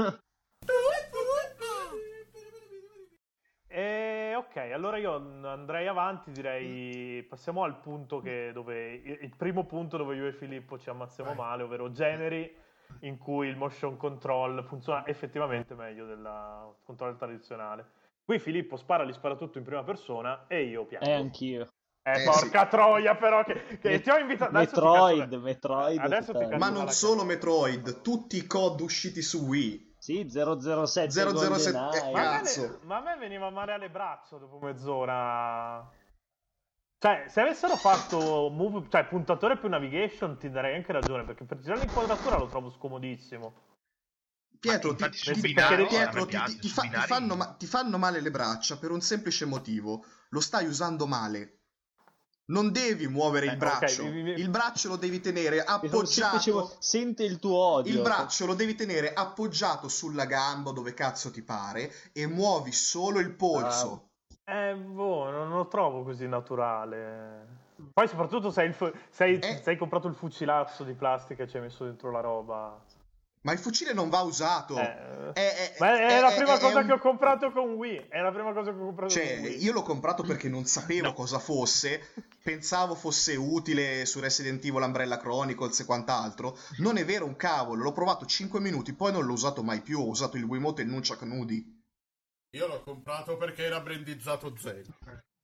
Speaker 3: E ok, allora io andrei avanti, direi passiamo al punto che dove il primo punto dove io e Filippo ci ammazziamo male, ovvero generi in cui il motion control funziona effettivamente meglio del controllo tradizionale. Qui Filippo spara, li spara tutto in prima persona e io piango.
Speaker 4: Eh, anch'io.
Speaker 3: Eh,
Speaker 5: Eh,
Speaker 3: porca troia, però che, che
Speaker 4: Met-
Speaker 3: ti ho invitato. adesso ti
Speaker 4: Metroid,
Speaker 3: cazzo-
Speaker 4: Metroid.
Speaker 3: Adesso ti
Speaker 4: totale.
Speaker 3: cazzo-
Speaker 5: Ma
Speaker 3: alla
Speaker 5: non
Speaker 3: cazzo.
Speaker 5: solo Metroid, tutti i C O D usciti su Wii.
Speaker 4: Sì, zero zero sette
Speaker 5: zero zero sette,
Speaker 4: GoldenEye.
Speaker 3: Ma a, me,
Speaker 5: Cazzo.
Speaker 3: ma a me veniva male alle braccia dopo mezz'ora. Cioè, se avessero fatto move, cioè puntatore più navigation, ti darei anche ragione, perché per girare l'inquadratura lo trovo scomodissimo.
Speaker 5: Pietro, ti,
Speaker 2: Infatti su
Speaker 3: ti-
Speaker 2: binari,
Speaker 3: perché-
Speaker 2: a me
Speaker 5: Pietro, ti,
Speaker 2: piace,
Speaker 5: ti- ti
Speaker 2: su
Speaker 5: fa- ti
Speaker 2: binari-
Speaker 5: fanno, ma- ti fanno male le braccia per un semplice motivo. Lo stai usando male. Non devi muovere
Speaker 3: Eh,
Speaker 5: il braccio.
Speaker 3: ok, mi- mi-
Speaker 5: Il braccio lo devi tenere
Speaker 4: Per un semplice mo-
Speaker 5: appoggiato.
Speaker 4: Sente il tuo odio.
Speaker 5: Il braccio lo devi tenere appoggiato sulla gamba dove cazzo ti pare e muovi solo il polso.
Speaker 3: Eh, boh, non lo trovo così naturale. Poi soprattutto se hai, il fu- se hai-
Speaker 5: Eh.
Speaker 3: se hai comprato il fucilazzo di plastica e ci hai messo dentro la roba.
Speaker 5: Ma il fucile non va usato.
Speaker 3: Eh,
Speaker 5: È- è-
Speaker 3: Ma è,
Speaker 5: è-
Speaker 3: la
Speaker 5: è-
Speaker 3: prima
Speaker 5: è
Speaker 3: cosa
Speaker 5: un-
Speaker 3: che ho comprato con Wii. È la prima cosa che ho comprato
Speaker 5: Cioè,
Speaker 3: con Wii.
Speaker 5: io l'ho comprato perché non sapevo
Speaker 2: No.
Speaker 5: cosa fosse pensavo fosse utile su Resident Evil Umbrella Chronicles e quant'altro. Non è vero un cavolo, l'ho provato cinque minuti, poi non l'ho usato mai più, ho usato il Wiimote e il Nunchak nudi.
Speaker 1: Io l'ho comprato perché era brandizzato zero.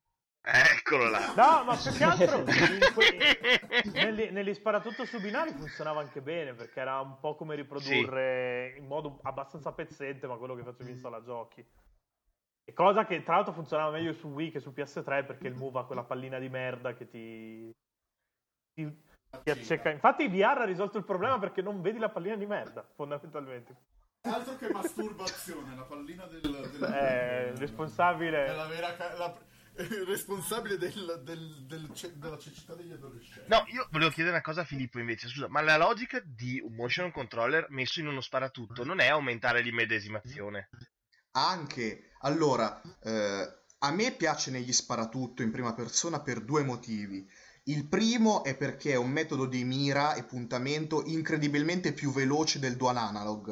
Speaker 2: Eccolo là.
Speaker 3: No, ma più che altro in que- negli, negli sparatutto su binari funzionava anche bene, perché era un po' come riprodurre in modo abbastanza pezzente, ma quello che facevi in sala giochi. E cosa che tra l'altro funzionava meglio su Wii che su P S tre, perché il Move ha quella pallina di merda che ti, ti, ti acceca. Infatti V R ha risolto il problema perché non vedi la pallina di merda, fondamentalmente.
Speaker 1: Altro che masturbazione, la pallina del... del
Speaker 3: È responsabile...
Speaker 1: È la vera... ca- la- responsabile del, del, del, della cecità degli adolescenti.
Speaker 2: No, io volevo chiedere una cosa a Filippo invece, scusa, ma la logica di un motion controller messo in uno sparatutto non è aumentare l'immedesimazione?
Speaker 5: Anche, allora, eh, a me piace negli sparatutto in prima persona per due motivi. Il primo è perché è un metodo di mira e puntamento incredibilmente più veloce del dual analog.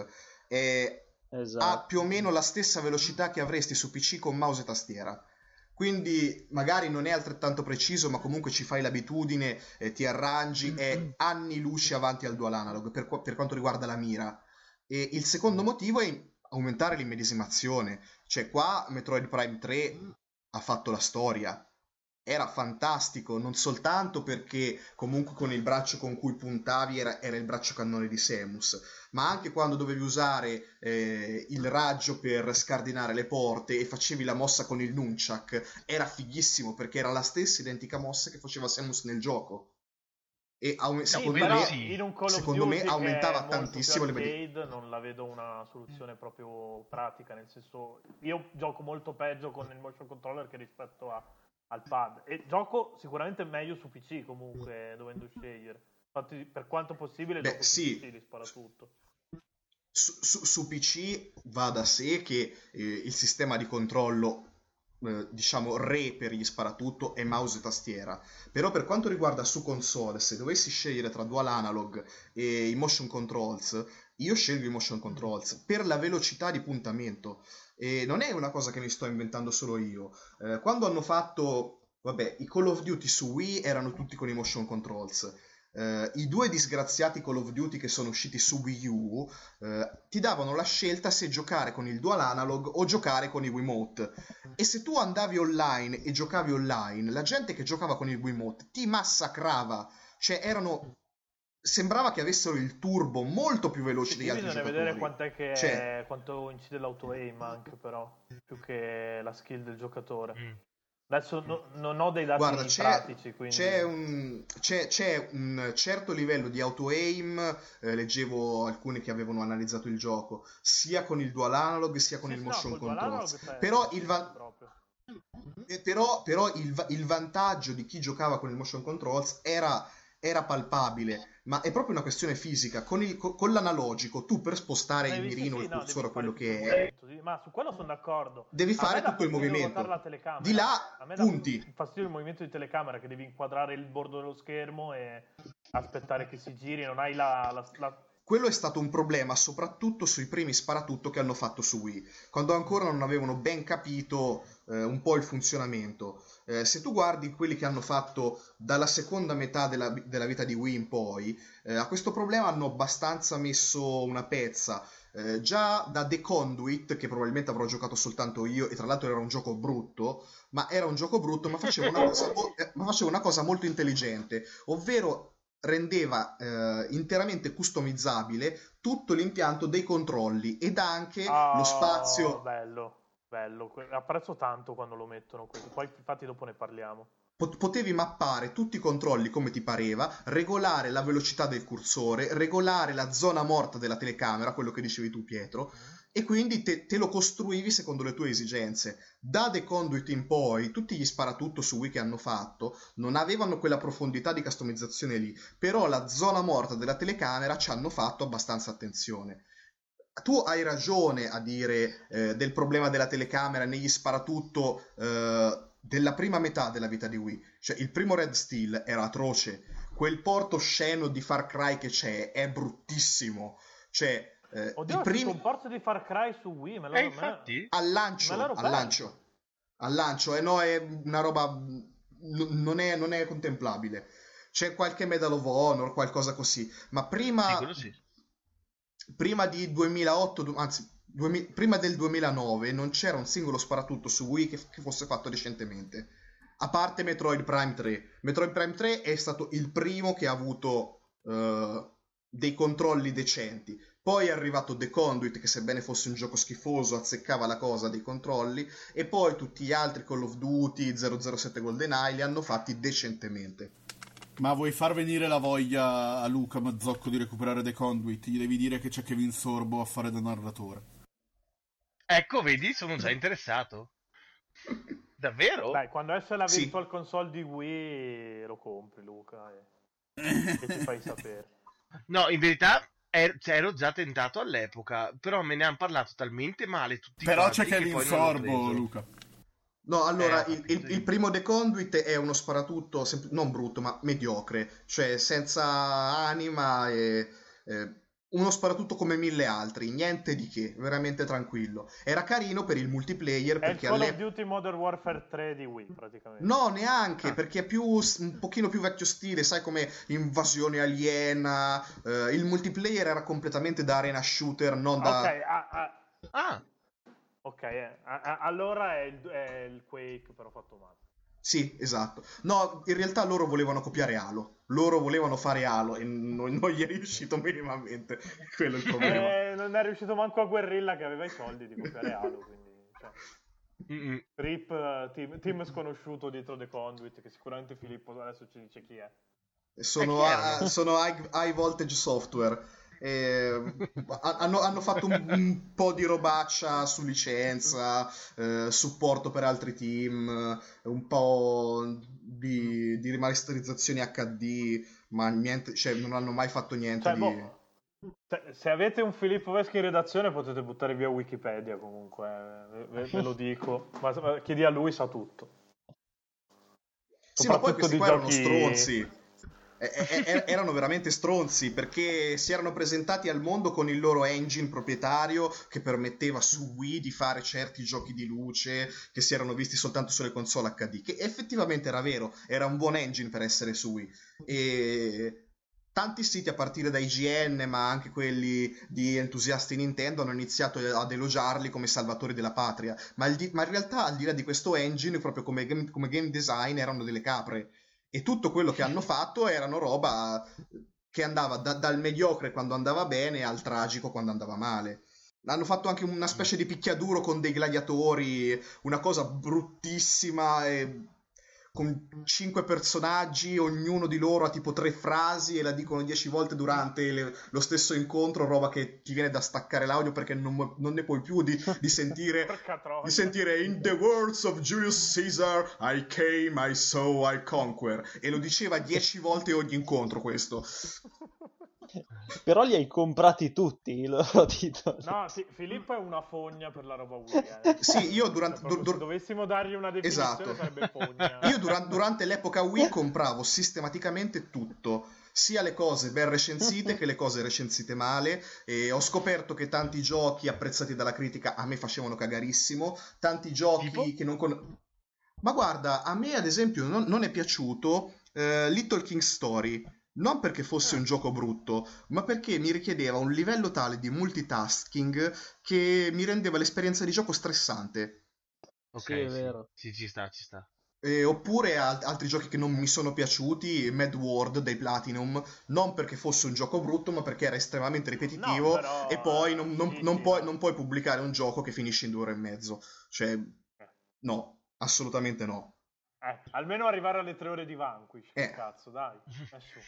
Speaker 5: È,
Speaker 4: Esatto.
Speaker 5: ha più o meno la stessa velocità che avresti su P C con mouse e tastiera. Quindi magari non è altrettanto preciso, ma comunque ci fai l'abitudine, eh, ti arrangi, è anni luce avanti al dual analog per, qu- per quanto riguarda la mira. E il secondo motivo è aumentare l'immedesimazione. Cioè qua Metroid Prime tre ha fatto la storia. Era fantastico, non soltanto perché comunque con il braccio con cui puntavi era, era il braccio cannone di Samus, ma anche quando dovevi usare eh, il raggio per scardinare le porte e facevi la mossa con il nunchuck, era fighissimo perché era la stessa identica mossa che faceva Samus nel gioco. E au-
Speaker 3: Sì,
Speaker 5: secondo
Speaker 3: però
Speaker 5: me,
Speaker 2: sì.
Speaker 3: in un Call of
Speaker 5: secondo me
Speaker 3: Duty
Speaker 5: aumentava
Speaker 3: che è molto
Speaker 5: tantissimo
Speaker 3: più
Speaker 5: le medie.
Speaker 3: arcade, non la vedo una soluzione proprio pratica, nel senso io gioco molto peggio con il motion controller che rispetto a, al pad, e gioco sicuramente meglio su P C comunque dovendo scegliere. Infatti per quanto possibile
Speaker 5: Beh,
Speaker 3: gioco su
Speaker 5: sì.
Speaker 3: P C, li spara tutto.
Speaker 5: Su, su- su P C va da sé che eh, il sistema di controllo, eh, diciamo, re per gli sparatutto è mouse e tastiera. Però per quanto riguarda su console, se dovessi scegliere tra dual analog e i motion controls, io scelgo i motion controls per la velocità di puntamento. E non è una cosa che mi sto inventando solo io. Eh, quando hanno fatto, vabbè, i Call of Duty su Wii erano tutti con i motion controls. Eh, i due disgraziati Call of Duty che sono usciti su Wii U eh, ti davano la scelta se giocare con il dual analog o giocare con i Wiimote, e se tu andavi online e giocavi online, la gente che giocava con il Wiimote ti massacrava, cioè erano, sembrava che avessero il turbo molto più veloce
Speaker 3: Sì,
Speaker 5: degli altri
Speaker 3: bisogna
Speaker 5: giocatori.
Speaker 3: vedere quant'è che
Speaker 5: Cioè,
Speaker 3: quanto incide l'auto aim anche, però più che la skill del giocatore.
Speaker 2: Mm.
Speaker 3: Adesso no- non ho dei dati
Speaker 5: guarda, c'è,
Speaker 3: pratici, quindi
Speaker 5: c'è un, c'è, c'è un certo livello di auto-aim, eh, leggevo alcuni che avevano analizzato il gioco, sia con il dual analog sia con
Speaker 3: Sì,
Speaker 5: il
Speaker 3: sì, no,
Speaker 5: motion
Speaker 3: col dual
Speaker 5: controls.
Speaker 3: analog fai-
Speaker 5: Però il, va-
Speaker 3: proprio.
Speaker 5: eh, però, però il, va- il vantaggio di chi giocava con il motion controls era, era palpabile, ma è proprio una questione fisica. Con, il, co- con l'analogico tu per spostare il
Speaker 3: Devi- sì,
Speaker 5: mirino o
Speaker 3: sì,
Speaker 5: il
Speaker 3: no,
Speaker 5: cursore,
Speaker 3: devi
Speaker 5: quello
Speaker 3: fare
Speaker 5: che
Speaker 3: tutto il
Speaker 5: è,
Speaker 3: movimento, sì, ma su quello sono d'accordo.
Speaker 5: devi
Speaker 3: A
Speaker 5: fare
Speaker 3: me dà
Speaker 5: tutto il
Speaker 3: fastidio
Speaker 5: movimento.
Speaker 3: ruotare la telecamera.
Speaker 5: Di là,
Speaker 3: A me dà
Speaker 5: punti.
Speaker 3: fastidio il movimento di telecamera, che devi inquadrare il bordo dello schermo e aspettare che si giri, non hai la, la- la-
Speaker 5: Quello è stato un problema soprattutto sui primi sparatutto che hanno fatto su Wii, quando ancora non avevano ben capito eh, un po' il funzionamento. Eh, se tu guardi quelli che hanno fatto dalla seconda metà della, della vita di Wii in poi, eh, a questo problema hanno abbastanza messo una pezza. Eh, già da The Conduit, che probabilmente avrò giocato soltanto io, e tra l'altro era un gioco brutto, ma era un gioco brutto, ma faceva una cosa, mo- eh, ma faceva una cosa molto intelligente, ovvero rendeva eh, interamente customizzabile tutto l'impianto dei controlli ed anche
Speaker 3: Ah,
Speaker 5: lo spazio.
Speaker 3: bello, bello. Que- Apprezzo tanto quando lo mettono questo. Poi infatti dopo ne parliamo.
Speaker 5: Pot- Potevi mappare tutti i controlli come ti pareva, regolare la velocità del cursore, regolare la zona morta della telecamera, quello che dicevi tu, Pietro, e quindi te, te lo costruivi secondo le tue esigenze. Da The Conduit in poi, tutti gli sparatutto su Wii che hanno fatto non avevano quella profondità di customizzazione lì, però la zona morta della telecamera ci hanno fatto abbastanza attenzione. Tu hai ragione a dire eh, del problema della telecamera negli sparatutto eh, della prima metà della vita di Wii. Cioè, il primo Red Steel era atroce, quel porto sceno di Far Cry che c'è è bruttissimo. Cioè, eh,
Speaker 3: Oddio,
Speaker 5: i primi...
Speaker 3: un porto di Far Cry su Wii, me lo
Speaker 2: E
Speaker 3: me-
Speaker 2: infatti,
Speaker 5: al lancio,
Speaker 3: me l'ero
Speaker 5: al
Speaker 3: perso.
Speaker 5: lancio, al lancio, e no, è una roba n- non, è, non è contemplabile. C'è qualche Medal of Honor, qualcosa così, ma prima,
Speaker 2: Sì, quello sì.
Speaker 5: prima di duemilaotto, du- anzi, duemila prima del duemilanove non c'era un singolo sparatutto su Wii che, che fosse fatto decentemente. A parte Metroid Prime tre. Metroid Prime tre è stato il primo che ha avuto eh, dei controlli decenti. Poi è arrivato The Conduit, che sebbene fosse un gioco schifoso, azzeccava la cosa dei controlli, e poi tutti gli altri Call of Duty, zero zero sette GoldenEye li hanno fatti decentemente.
Speaker 1: Ma vuoi far venire la voglia a Luca Mazzocco di recuperare The Conduit? Gli devi dire che c'è Kevin Sorbo a fare da narratore.
Speaker 2: Ecco, vedi, sono già interessato. Davvero?
Speaker 3: Dai, quando esce la
Speaker 5: Sì.
Speaker 3: Virtual Console di Wii lo compri, Luca, e, e ci fai sapere.
Speaker 2: No, in verità er- cioè, ero già tentato all'epoca, però me ne hanno parlato talmente male tutti
Speaker 1: Però
Speaker 2: quanti
Speaker 1: c'è
Speaker 2: che
Speaker 1: Kevin
Speaker 2: poi non l'ho
Speaker 1: Sorbo,
Speaker 2: preso.
Speaker 1: Luca.
Speaker 5: No, allora,
Speaker 2: Eh, ho
Speaker 5: il,
Speaker 2: capito
Speaker 5: il- il
Speaker 2: io.
Speaker 5: primo The Conduit è uno sparatutto, sem- non brutto, ma mediocre, cioè senza anima e eh, uno sparatutto come mille altri, niente di che, veramente tranquillo. Era carino per il multiplayer
Speaker 3: È il
Speaker 5: perché
Speaker 3: Call of
Speaker 5: all'epoca...
Speaker 3: Duty Modern Warfare tre di Wii, praticamente.
Speaker 5: No, neanche,
Speaker 2: Ah.
Speaker 5: perché è più un pochino più vecchio stile, sai, come invasione aliena, eh, il multiplayer era completamente da arena shooter, non da...
Speaker 3: Ok, ah, ah,
Speaker 2: Ah,
Speaker 3: ok, eh, ah, ah, allora è il, è il Quake però fatto male.
Speaker 5: Sì, esatto. No, in realtà loro volevano copiare Halo. Loro volevano fare Halo e non, non gli è riuscito minimamente. Quello è il problema.
Speaker 3: Eh, non è riuscito manco a Guerrilla che aveva i soldi di copiare Halo, quindi... Cioè.
Speaker 2: mm-mm.
Speaker 3: Rip, uh, team, team sconosciuto dietro The Conduit, che sicuramente Filippo adesso ci dice chi è.
Speaker 5: Sono,
Speaker 2: Eh, chi
Speaker 5: a-
Speaker 2: erano?
Speaker 5: sono high, high voltage software. E, ha- hanno, hanno fatto un, un po' di robaccia su licenza, eh, supporto per altri team, un po' di, di rimasterizzazioni acca di, ma niente, cioè non hanno mai fatto niente
Speaker 3: Cioè,
Speaker 5: di...
Speaker 3: boh, se, se avete un Filippo Veschi in redazione potete buttare via Wikipedia comunque, eh, ve, ve lo dico, ma ma chi dia a lui sa tutto.
Speaker 5: Sì, ma poi
Speaker 3: Soprattutto
Speaker 5: questi
Speaker 3: di
Speaker 5: qua erano
Speaker 3: giochi-
Speaker 5: stronzi. E- e- e- erano veramente stronzi perché si erano presentati al mondo con il loro engine proprietario che permetteva su Wii di fare certi giochi di luce che si erano visti soltanto sulle console acca di, che effettivamente era vero, era un buon engine per essere su Wii. E tanti siti a partire da I G N, ma anche quelli di entusiasti Nintendo, hanno iniziato ad elogiarli come salvatori della patria, ma, il di- ma in realtà al di là di questo engine, proprio come game, come game design, erano delle capre. E tutto quello che hanno fatto erano roba che andava da- dal mediocre quando andava bene al tragico quando andava male. Hanno fatto anche una specie di picchiaduro con dei gladiatori, una cosa bruttissima, e con cinque personaggi, ognuno di loro ha tipo tre frasi e la dicono dieci volte durante le- lo stesso incontro, roba che ti viene da staccare l'audio perché non, non ne puoi più di, di sentire
Speaker 3: Porca troia.
Speaker 5: di sentire In the words of Julius Caesar I came, I saw, I conquer, e lo diceva dieci volte ogni incontro questo.
Speaker 4: Però li hai comprati tutti i loro titoli.
Speaker 3: No, sì, Filippo è una fogna per la roba Wii. Eh.
Speaker 5: Sì, io durante
Speaker 3: Cioè, proprio,
Speaker 5: dur-
Speaker 3: se dovessimo dargli una definizione
Speaker 5: Esatto.
Speaker 3: sarebbe fogna.
Speaker 5: Io duran- durante l'epoca Wii compravo sistematicamente tutto, sia le cose ben recensite che le cose recensite male, e ho scoperto che tanti giochi apprezzati dalla critica a me facevano cagarissimo, tanti giochi
Speaker 2: Tipo?
Speaker 5: che non con... Ma guarda, a me ad esempio non, non è piaciuto eh, Little King Story. Non perché fosse un gioco brutto, ma perché mi richiedeva un livello tale di multitasking che mi rendeva l'esperienza di gioco stressante.
Speaker 2: Ok,
Speaker 4: Sì, è vero.
Speaker 2: Sì, ci sta, ci sta.
Speaker 5: Eh, oppure al- altri giochi che non mi sono piaciuti, Mad World dei Platinum, non perché fosse un gioco brutto, ma perché era estremamente ripetitivo,
Speaker 3: No, però,
Speaker 5: e poi non, non-
Speaker 3: sì,
Speaker 5: non
Speaker 3: sì,
Speaker 5: puoi,
Speaker 3: no.
Speaker 5: non puoi pubblicare un gioco che finisce in due ore e mezzo. Cioè, no, assolutamente no.
Speaker 3: Eh, almeno arrivare alle tre ore di Vanquish. Che
Speaker 5: Eh.
Speaker 3: cazzo, dai. Adesso.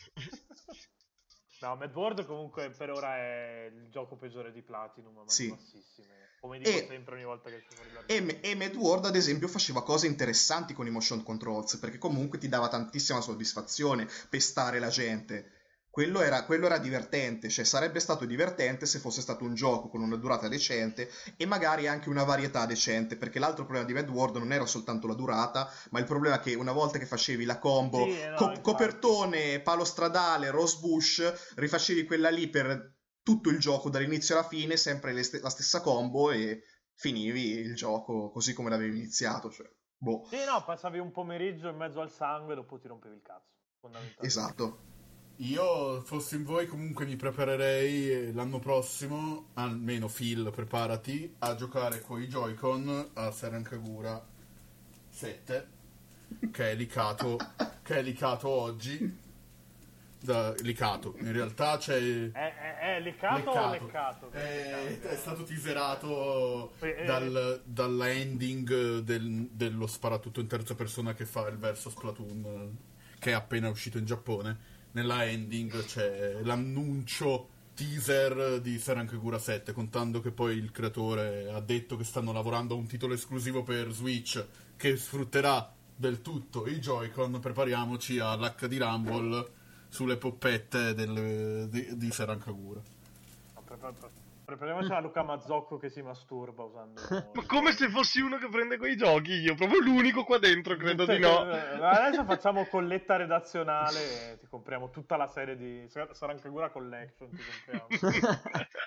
Speaker 3: No, Mad World comunque per ora è il gioco peggiore di Platinum, ma
Speaker 5: Sì.
Speaker 3: bassissime. Come dico
Speaker 5: E-
Speaker 3: sempre ogni volta che esce fuori la
Speaker 5: E, Me- e Mad World, ad esempio, faceva cose interessanti con i motion controls, perché comunque ti dava tantissima soddisfazione pestare la gente. Quello era, quello era divertente, cioè sarebbe stato divertente se fosse stato un gioco con una durata decente e magari anche una varietà decente, perché l'altro problema di Mad World non era soltanto la durata, ma il problema è che una volta che facevi la combo
Speaker 3: Sì, eh, no,
Speaker 5: co-
Speaker 3: infatti.
Speaker 5: copertone, palo stradale, rose bush, rifacevi quella lì per tutto il gioco dall'inizio alla fine, sempre le ste- la stessa combo, e finivi il gioco così come l'avevi iniziato, cioè, Boh.
Speaker 3: Sì, no, passavi un pomeriggio in mezzo al sangue e dopo ti rompevi il cazzo, fondamentalmente.
Speaker 5: Esatto.
Speaker 1: Io, fossi in voi, comunque mi preparerei eh, l'anno prossimo, almeno Phil, preparati, a giocare con i Joy-Con a Serancagura sette, che è licato, che è licato oggi. Da, licato, in realtà c'è...
Speaker 3: È, è, è leccato o leccato?
Speaker 1: È, è stato teaserato
Speaker 3: Eh, eh.
Speaker 1: dal, dall'ending del- dello sparatutto in terza persona che fa il verso Splatoon, che è appena uscito in Giappone. Nella ending c'è l'annuncio teaser di Serancagura sette, contando che poi il creatore ha detto che stanno lavorando a un titolo esclusivo per Switch che sfrutterà del tutto i Joy-Con. Prepariamoci all'H D Rumble sulle poppette del, di, di Serancagura.
Speaker 3: No, pre- pre- pre- prepariamoci a Luca Mazzocco che si masturba usando...
Speaker 2: Ma come se fossi uno che prende quei giochi, io, proprio l'unico qua dentro, credo di no.
Speaker 3: Adesso facciamo colletta redazionale e ti compriamo tutta la serie di Serancagura Collection, ti compriamo.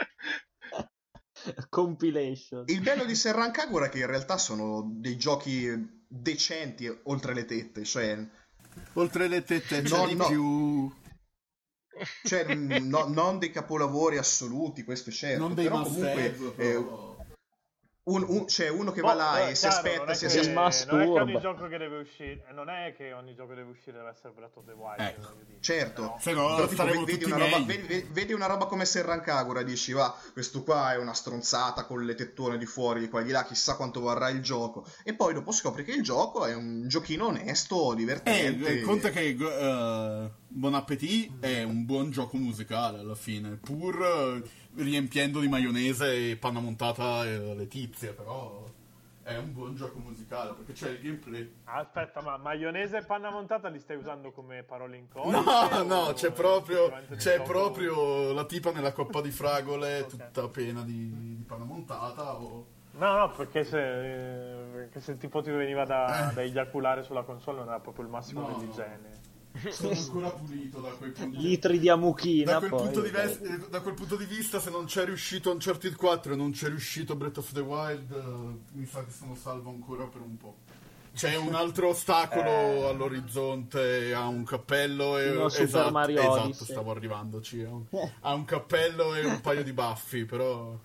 Speaker 4: Compilation.
Speaker 5: Il bello di Serancagura è che in realtà sono dei giochi decenti oltre le tette, cioè...
Speaker 1: Oltre le tette c'è
Speaker 5: No,
Speaker 1: di
Speaker 5: no.
Speaker 1: più...
Speaker 5: Cioè, no- non dei capolavori assoluti, questo è certo,
Speaker 1: non dei
Speaker 5: però
Speaker 1: must
Speaker 5: comunque
Speaker 1: have,
Speaker 5: eh,
Speaker 1: però.
Speaker 5: un, un- c'è uno che
Speaker 3: Boh,
Speaker 5: va là
Speaker 3: eh,
Speaker 5: e si
Speaker 3: chiaro,
Speaker 5: aspetta,
Speaker 3: non è
Speaker 5: si
Speaker 3: che-
Speaker 5: si-
Speaker 4: Il masturba.
Speaker 3: non è che ogni gioco che deve uscire non è che ogni gioco deve uscire deve essere Breath of the Wild,
Speaker 1: Ecco.
Speaker 3: voglio dire.
Speaker 5: certo,
Speaker 3: Però-
Speaker 1: Se no
Speaker 5: però tipo,
Speaker 1: staremo
Speaker 5: vedi,
Speaker 1: tutti
Speaker 5: una roba,
Speaker 1: meglio.
Speaker 5: vedi, vedi una roba come Serancagura e dici va, questo qua è una stronzata con le tettone di fuori di qua e di là, chissà quanto varrà il gioco, e poi dopo scopri che il gioco è un giochino onesto, divertente.
Speaker 1: Eh, conta che eh, Bon Appetit è un buon gioco musicale alla fine, pur eh, riempiendo di maionese e panna montata eh, le tizie, però è un buon gioco musicale perché c'è il gameplay.
Speaker 3: Aspetta, ma maionese e panna montata li stai usando come parole in codice?
Speaker 1: No,
Speaker 3: o
Speaker 1: no, c'è
Speaker 3: è
Speaker 1: proprio,
Speaker 3: effettivamente
Speaker 1: c'è
Speaker 3: un gioco-
Speaker 1: proprio la tipa nella coppa di fragole
Speaker 3: Ok.
Speaker 1: tutta piena di, di panna montata o...
Speaker 3: No, no, perché se, perché se tipo ti veniva da,
Speaker 1: Eh.
Speaker 3: da eiaculare sulla console non era proprio il massimo
Speaker 1: No, no.
Speaker 3: dell'igiene.
Speaker 1: Sono ancora pulito da quel punto di
Speaker 4: Litri di amuchina.
Speaker 1: Da quel,
Speaker 4: poi,
Speaker 1: punto di
Speaker 4: dai.
Speaker 1: ves- eh, da quel punto di vista, se non c'è riuscito Uncharted quattro e non c'è riuscito Breath of the Wild, eh, mi sa che sono salvo ancora per un po'. C'è un altro ostacolo
Speaker 3: Eh.
Speaker 1: all'orizzonte, ha un cappello e...
Speaker 4: Fino a Super
Speaker 1: esatto,
Speaker 4: Mario
Speaker 1: esatto,
Speaker 4: Odyssey.
Speaker 1: stavo arrivandoci. Ha un, ha un cappello e un paio di baffi, però...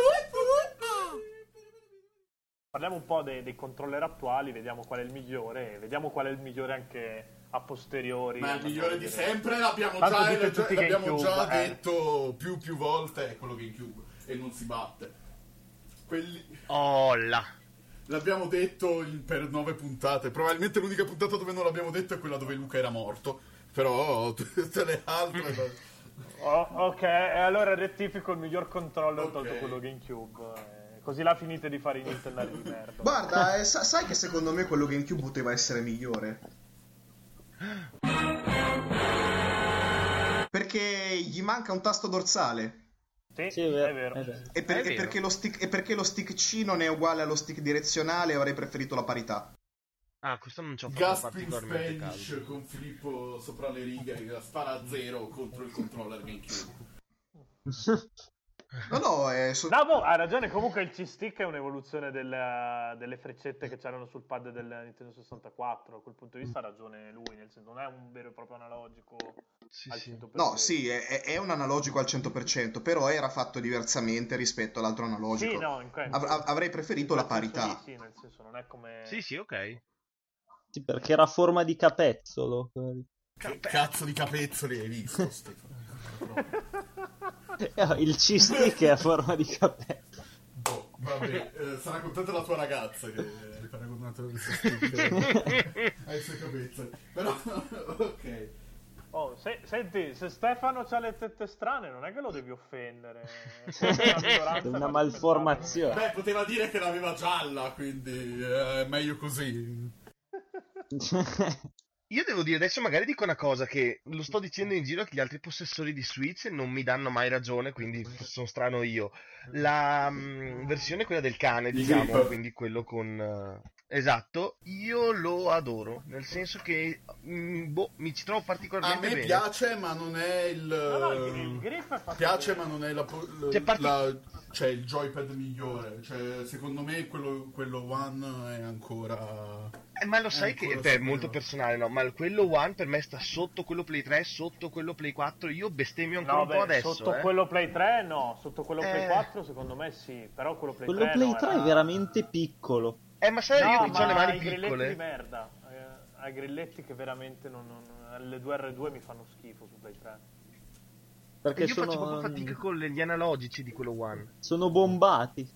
Speaker 3: Parliamo un po' dei, dei controller attuali, vediamo qual è il migliore e vediamo qual è il migliore anche a posteriori.
Speaker 1: Ma il migliore di sempre l'abbiamo
Speaker 3: Tanto
Speaker 1: già,
Speaker 3: dite tutti
Speaker 1: l'abbiamo già
Speaker 3: GameCube, eh.
Speaker 1: detto più più volte, è quello GameCube e non si batte. Quelli...
Speaker 2: Oh là.
Speaker 1: L'abbiamo detto in- per nove puntate. Probabilmente l'unica puntata dove non l'abbiamo detto è quella dove Luca era morto. Però tutte le altre.
Speaker 3: Oh, ok, e allora rettifico il miglior controller
Speaker 1: Ok.
Speaker 3: tolto quello GameCube. eh, Così la finite di fare i Nintendo di merda.
Speaker 5: Guarda, eh, sa- sai che secondo me quello GameCube poteva essere migliore? Perché gli manca un tasto dorsale.
Speaker 3: Sì,
Speaker 4: Sì, è
Speaker 3: è
Speaker 4: vero,
Speaker 3: vero.
Speaker 4: è vero.
Speaker 5: E, per-
Speaker 2: È
Speaker 5: e
Speaker 2: vero.
Speaker 5: perché lo stick, e perché lo stick C non è uguale allo stick direzionale, avrei preferito la parità.
Speaker 2: Ah, questo non ci ho fatto
Speaker 1: Gasping
Speaker 2: particolarmente
Speaker 1: Spanish
Speaker 2: caso.
Speaker 1: con Filippo sopra le righe che spara a zero contro il controller GameCube.
Speaker 5: No, no, è so-
Speaker 3: No, boh, hai ragione, comunque il C-Stick è un'evoluzione del- delle freccette che c'erano sul pad del Nintendo sessantaquattro, a quel punto di vista ha ragione lui, nel senso non è un vero e proprio analogico
Speaker 2: Sì,
Speaker 3: al
Speaker 2: sì.
Speaker 3: cento per cento.
Speaker 5: no, sì, è, è- è un analogico al cento per cento, però era fatto diversamente rispetto all'altro analogico.
Speaker 3: Sì, no, in que-
Speaker 5: Av- av- avrei preferito la
Speaker 3: nel senso
Speaker 5: parità.
Speaker 3: lì, sì, nel senso non è come...
Speaker 2: Sì, sì, ok.
Speaker 4: Sì, perché era a forma di capezzolo.
Speaker 1: Che cazzo di capezzoli hai visto, Stefano?
Speaker 4: Eh, Il C-stick è a forma di capezzolo.
Speaker 1: Boh, vabbè, eh, sarà contenta la tua ragazza che hai paragonato il suo stick ai suoi capezzoli. Però, ok.
Speaker 3: Oh, se- senti, se Stefano c'ha le tette strane non è che lo devi offendere. È una minoranza,
Speaker 4: Una
Speaker 3: ma
Speaker 4: malformazione.
Speaker 1: Beh, poteva dire che l'aveva gialla, quindi eh, è meglio così.
Speaker 2: Io devo dire, adesso magari dico una cosa che lo sto dicendo in giro che gli altri possessori di Switch non mi danno mai ragione, quindi sono strano io. La mm, versione quella del cane, diciamo,
Speaker 1: Zip.
Speaker 2: quindi quello con, eh, Esatto, io lo adoro, nel senso che mm, boh, mi ci trovo
Speaker 1: A
Speaker 2: particolarmente
Speaker 1: me
Speaker 2: bene.
Speaker 1: piace, ma non è il.
Speaker 3: No, no, il, il grip è fatto
Speaker 1: Piace,
Speaker 3: bene.
Speaker 1: ma non è la, la,
Speaker 2: Cioè, parti-
Speaker 1: la- cioè, il joypad migliore. Cioè, secondo me quello, quello One è ancora.
Speaker 2: Eh, ma lo sai che
Speaker 1: ancora
Speaker 2: beh, è
Speaker 1: superiore.
Speaker 2: molto personale, no? Ma quello One per me sta sotto quello Play tre, sotto quello Play quattro. Io bestemmio ancora
Speaker 3: No,
Speaker 2: un po'
Speaker 3: beh,
Speaker 2: adesso.
Speaker 3: sotto
Speaker 2: eh.
Speaker 3: quello Play tre no, sotto quello Play
Speaker 2: Eh.
Speaker 3: quattro secondo me sì, però quello Play
Speaker 4: Quello
Speaker 3: tre
Speaker 4: Play
Speaker 3: no,
Speaker 4: tre
Speaker 3: era-
Speaker 4: è veramente piccolo.
Speaker 2: Eh, ma sai, io
Speaker 3: No,
Speaker 2: che ho le
Speaker 3: ma
Speaker 2: mani
Speaker 3: i grilletti
Speaker 2: piccole.
Speaker 3: di merda. Eh, Hai grilletti che veramente non, non- le due erre due mi fanno schifo su Play tre.
Speaker 4: Perché
Speaker 2: Io
Speaker 4: sono,
Speaker 2: faccio proprio fatica con le- gli analogici di quello One.
Speaker 4: sono bombati.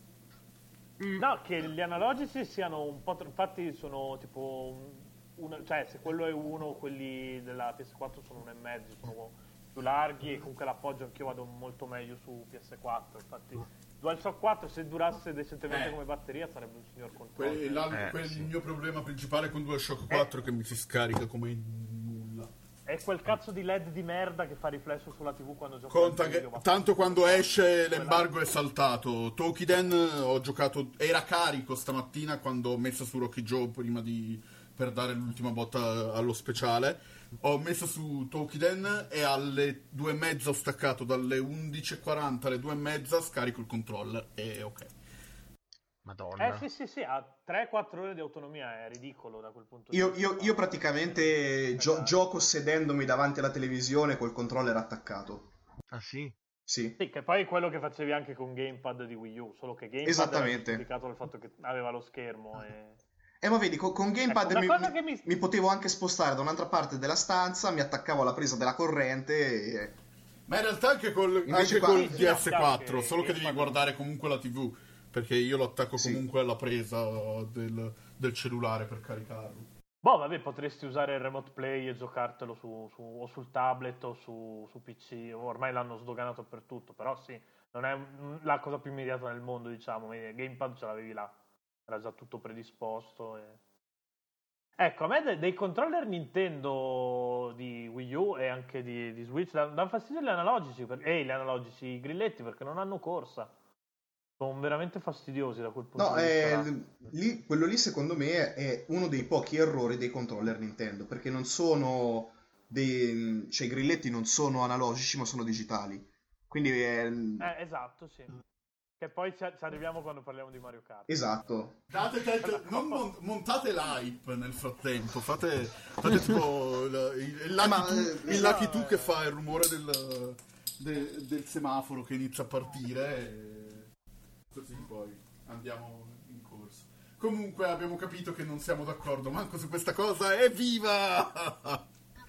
Speaker 2: Mm.
Speaker 3: No, che gli analogici siano un po'. tro- Infatti sono tipo. un- una- cioè, se quello è uno, quelli della P S quattro sono uno e mezzo, sono più larghi e comunque l'appoggio anch'io vado molto meglio su P S quattro. Infatti, DualShock quattro, se durasse decentemente
Speaker 1: Eh.
Speaker 3: come batteria, sarebbe un signor
Speaker 1: Que-
Speaker 3: controllo.
Speaker 1: la-
Speaker 2: Eh,
Speaker 1: quel-
Speaker 2: sì.
Speaker 1: Il mio problema principale con DualShock quattro è che mi si scarica come nulla.
Speaker 3: È quel cazzo di L E D di merda che fa riflesso sulla tivù quando gioca
Speaker 1: Conta
Speaker 3: al
Speaker 1: che
Speaker 3: video, ma-
Speaker 1: tanto quando esce l'embargo è saltato. Tokiden ho giocato, era carico stamattina quando ho messo su Rocky Joe prima di per dare l'ultima botta allo speciale. Ho messo su Tokiden e alle due e mezza ho staccato, dalle undici e quaranta alle due e mezza scarico il controller e ok.
Speaker 2: Madonna.
Speaker 3: Eh sì sì sì, ha tre quattro ore di autonomia, è ridicolo da quel punto di
Speaker 5: Io,
Speaker 3: vista.
Speaker 5: io- io praticamente gio- gioco sedendomi davanti alla televisione col controller attaccato.
Speaker 2: Ah sì?
Speaker 5: Sì.
Speaker 3: Sì, che poi è quello che facevi anche con Gamepad di Wii U, solo che Gamepad
Speaker 5: Esattamente.
Speaker 3: era giustificato dal fatto che aveva lo schermo e...
Speaker 5: Eh, ma vedi, co- con Gamepad
Speaker 3: Ecco, una
Speaker 5: mi,
Speaker 3: cosa
Speaker 5: mi-
Speaker 3: che mi-
Speaker 5: mi potevo anche spostare da un'altra parte della stanza, mi attaccavo alla presa della corrente e...
Speaker 1: Ma in realtà anche col,
Speaker 5: Invece
Speaker 1: anche
Speaker 5: qua-
Speaker 1: col
Speaker 3: Sì, sì,
Speaker 1: D S quattro,
Speaker 3: no, chiaro
Speaker 1: solo
Speaker 3: che-
Speaker 1: che devi
Speaker 3: che-
Speaker 1: guardare comunque la tivù, perché io lo attacco
Speaker 5: Sì.
Speaker 1: comunque alla presa del, del cellulare per caricarlo.
Speaker 3: Boh, vabbè, potresti usare il Remote Play e giocartelo su, su- o sul tablet o su, su P C, ormai l'hanno sdoganato per tutto, però sì, non è mm, la cosa più immediata nel mondo, diciamo, il Gamepad ce l'avevi là, era già tutto predisposto e... Ecco, a me de- dei controller Nintendo di Wii U e anche di, di Switch dan- danno fastidio gli analogici, per- e gli analogici, i grilletti, perché non hanno corsa. Sono veramente fastidiosi da quel punto
Speaker 5: No,
Speaker 3: di vista.
Speaker 5: eh, lì- quello lì secondo me è uno dei pochi errori dei controller Nintendo, perché non sono dei... cioè i grilletti non sono analogici ma sono digitali. Quindi è...
Speaker 3: Eh, esatto, sì. Che poi ci, ci arriviamo quando parliamo di Mario Kart.
Speaker 5: Esatto.
Speaker 1: Date te- non mon- montate l'hype nel frattempo, fate, fate tipo il, il, il Lucky
Speaker 5: Ma,
Speaker 1: two-
Speaker 5: eh,
Speaker 1: il Lucky two che fa il rumore del, de- del semaforo che inizia a partire e così poi andiamo in corsa. Comunque abbiamo capito che non siamo d'accordo manco su questa cosa, evviva!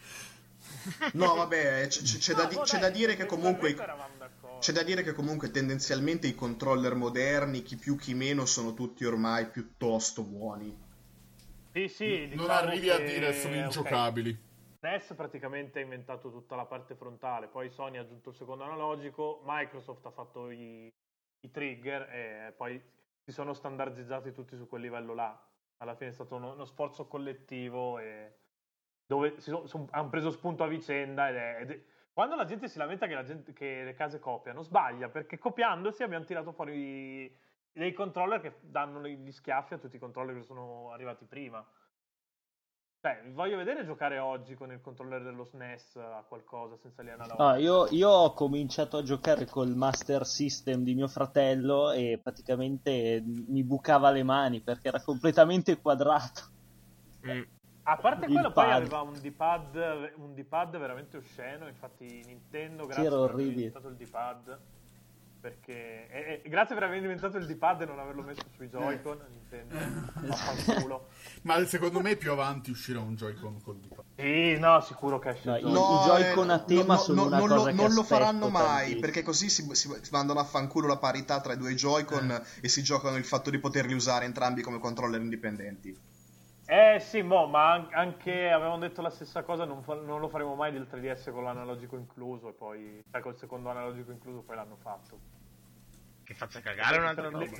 Speaker 5: No, vabbè, c- c- c'è, da, di-
Speaker 3: No,
Speaker 5: c'è
Speaker 3: dai,
Speaker 5: da dire che comunque...
Speaker 3: tendenzialmente eravamo d'accordo.
Speaker 5: C'è da dire che comunque tendenzialmente i controller moderni, chi più chi meno, sono tutti ormai piuttosto buoni.
Speaker 3: Sì, sì,
Speaker 1: non
Speaker 3: diciamo
Speaker 1: arrivi a
Speaker 3: che-
Speaker 1: dire sono
Speaker 3: ok.
Speaker 1: ingiocabili.
Speaker 3: N E S praticamente ha inventato tutta la parte frontale, poi Sony ha aggiunto il secondo analogico, Microsoft ha fatto i, i trigger e poi si sono standardizzati tutti su quel livello là. Alla fine è stato uno, uno sforzo collettivo e dove si son- son- hanno preso spunto a vicenda ed è, ed è- quando la gente si lamenta che, la gente- che le case copiano, sbaglia, perché copiandosi abbiamo tirato fuori dei controller che danno gli schiaffi a tutti i controller che sono arrivati prima. Cioè, vi voglio vedere giocare oggi con il controller dello S N E S a qualcosa senza gli analogici.
Speaker 4: No, io, io ho cominciato a giocare col Master System di mio fratello e praticamente mi bucava le mani perché era completamente quadrato.
Speaker 2: Mm.
Speaker 3: A parte
Speaker 4: il
Speaker 3: quello, poi
Speaker 4: pad.
Speaker 3: aveva un D-pad, un D-pad veramente osceno. Infatti, Nintendo, grazie
Speaker 4: era
Speaker 3: per aver
Speaker 4: orribile.
Speaker 3: inventato il D-pad. Perché e- e grazie per aver inventato il D-pad e non averlo messo sui Joy-Con. Nintendo, vaffanculo.
Speaker 1: Ma secondo me più avanti uscirà un Joy-Con col D-pad.
Speaker 3: Sì, no, sicuro che esce
Speaker 4: No,
Speaker 3: il
Speaker 4: i-
Speaker 3: Joy-Con.
Speaker 4: i Joy-Con a tema sono una
Speaker 5: non
Speaker 4: cosa
Speaker 5: lo,
Speaker 4: che
Speaker 5: non lo
Speaker 4: aspetto
Speaker 5: faranno mai,
Speaker 4: tantissimo.
Speaker 5: perché così si, si, si mandano a fanculo la parità tra i due Joy-Con e si giocano il fatto di poterli usare entrambi come controller indipendenti.
Speaker 3: Eh sì, mo, ma an- anche avevamo detto la stessa cosa, non, fa- non lo faremo mai del tre D S con l'analogico incluso e poi, cioè col secondo analogico incluso poi l'hanno fatto.
Speaker 2: Che faccia cagare è un'altra roba.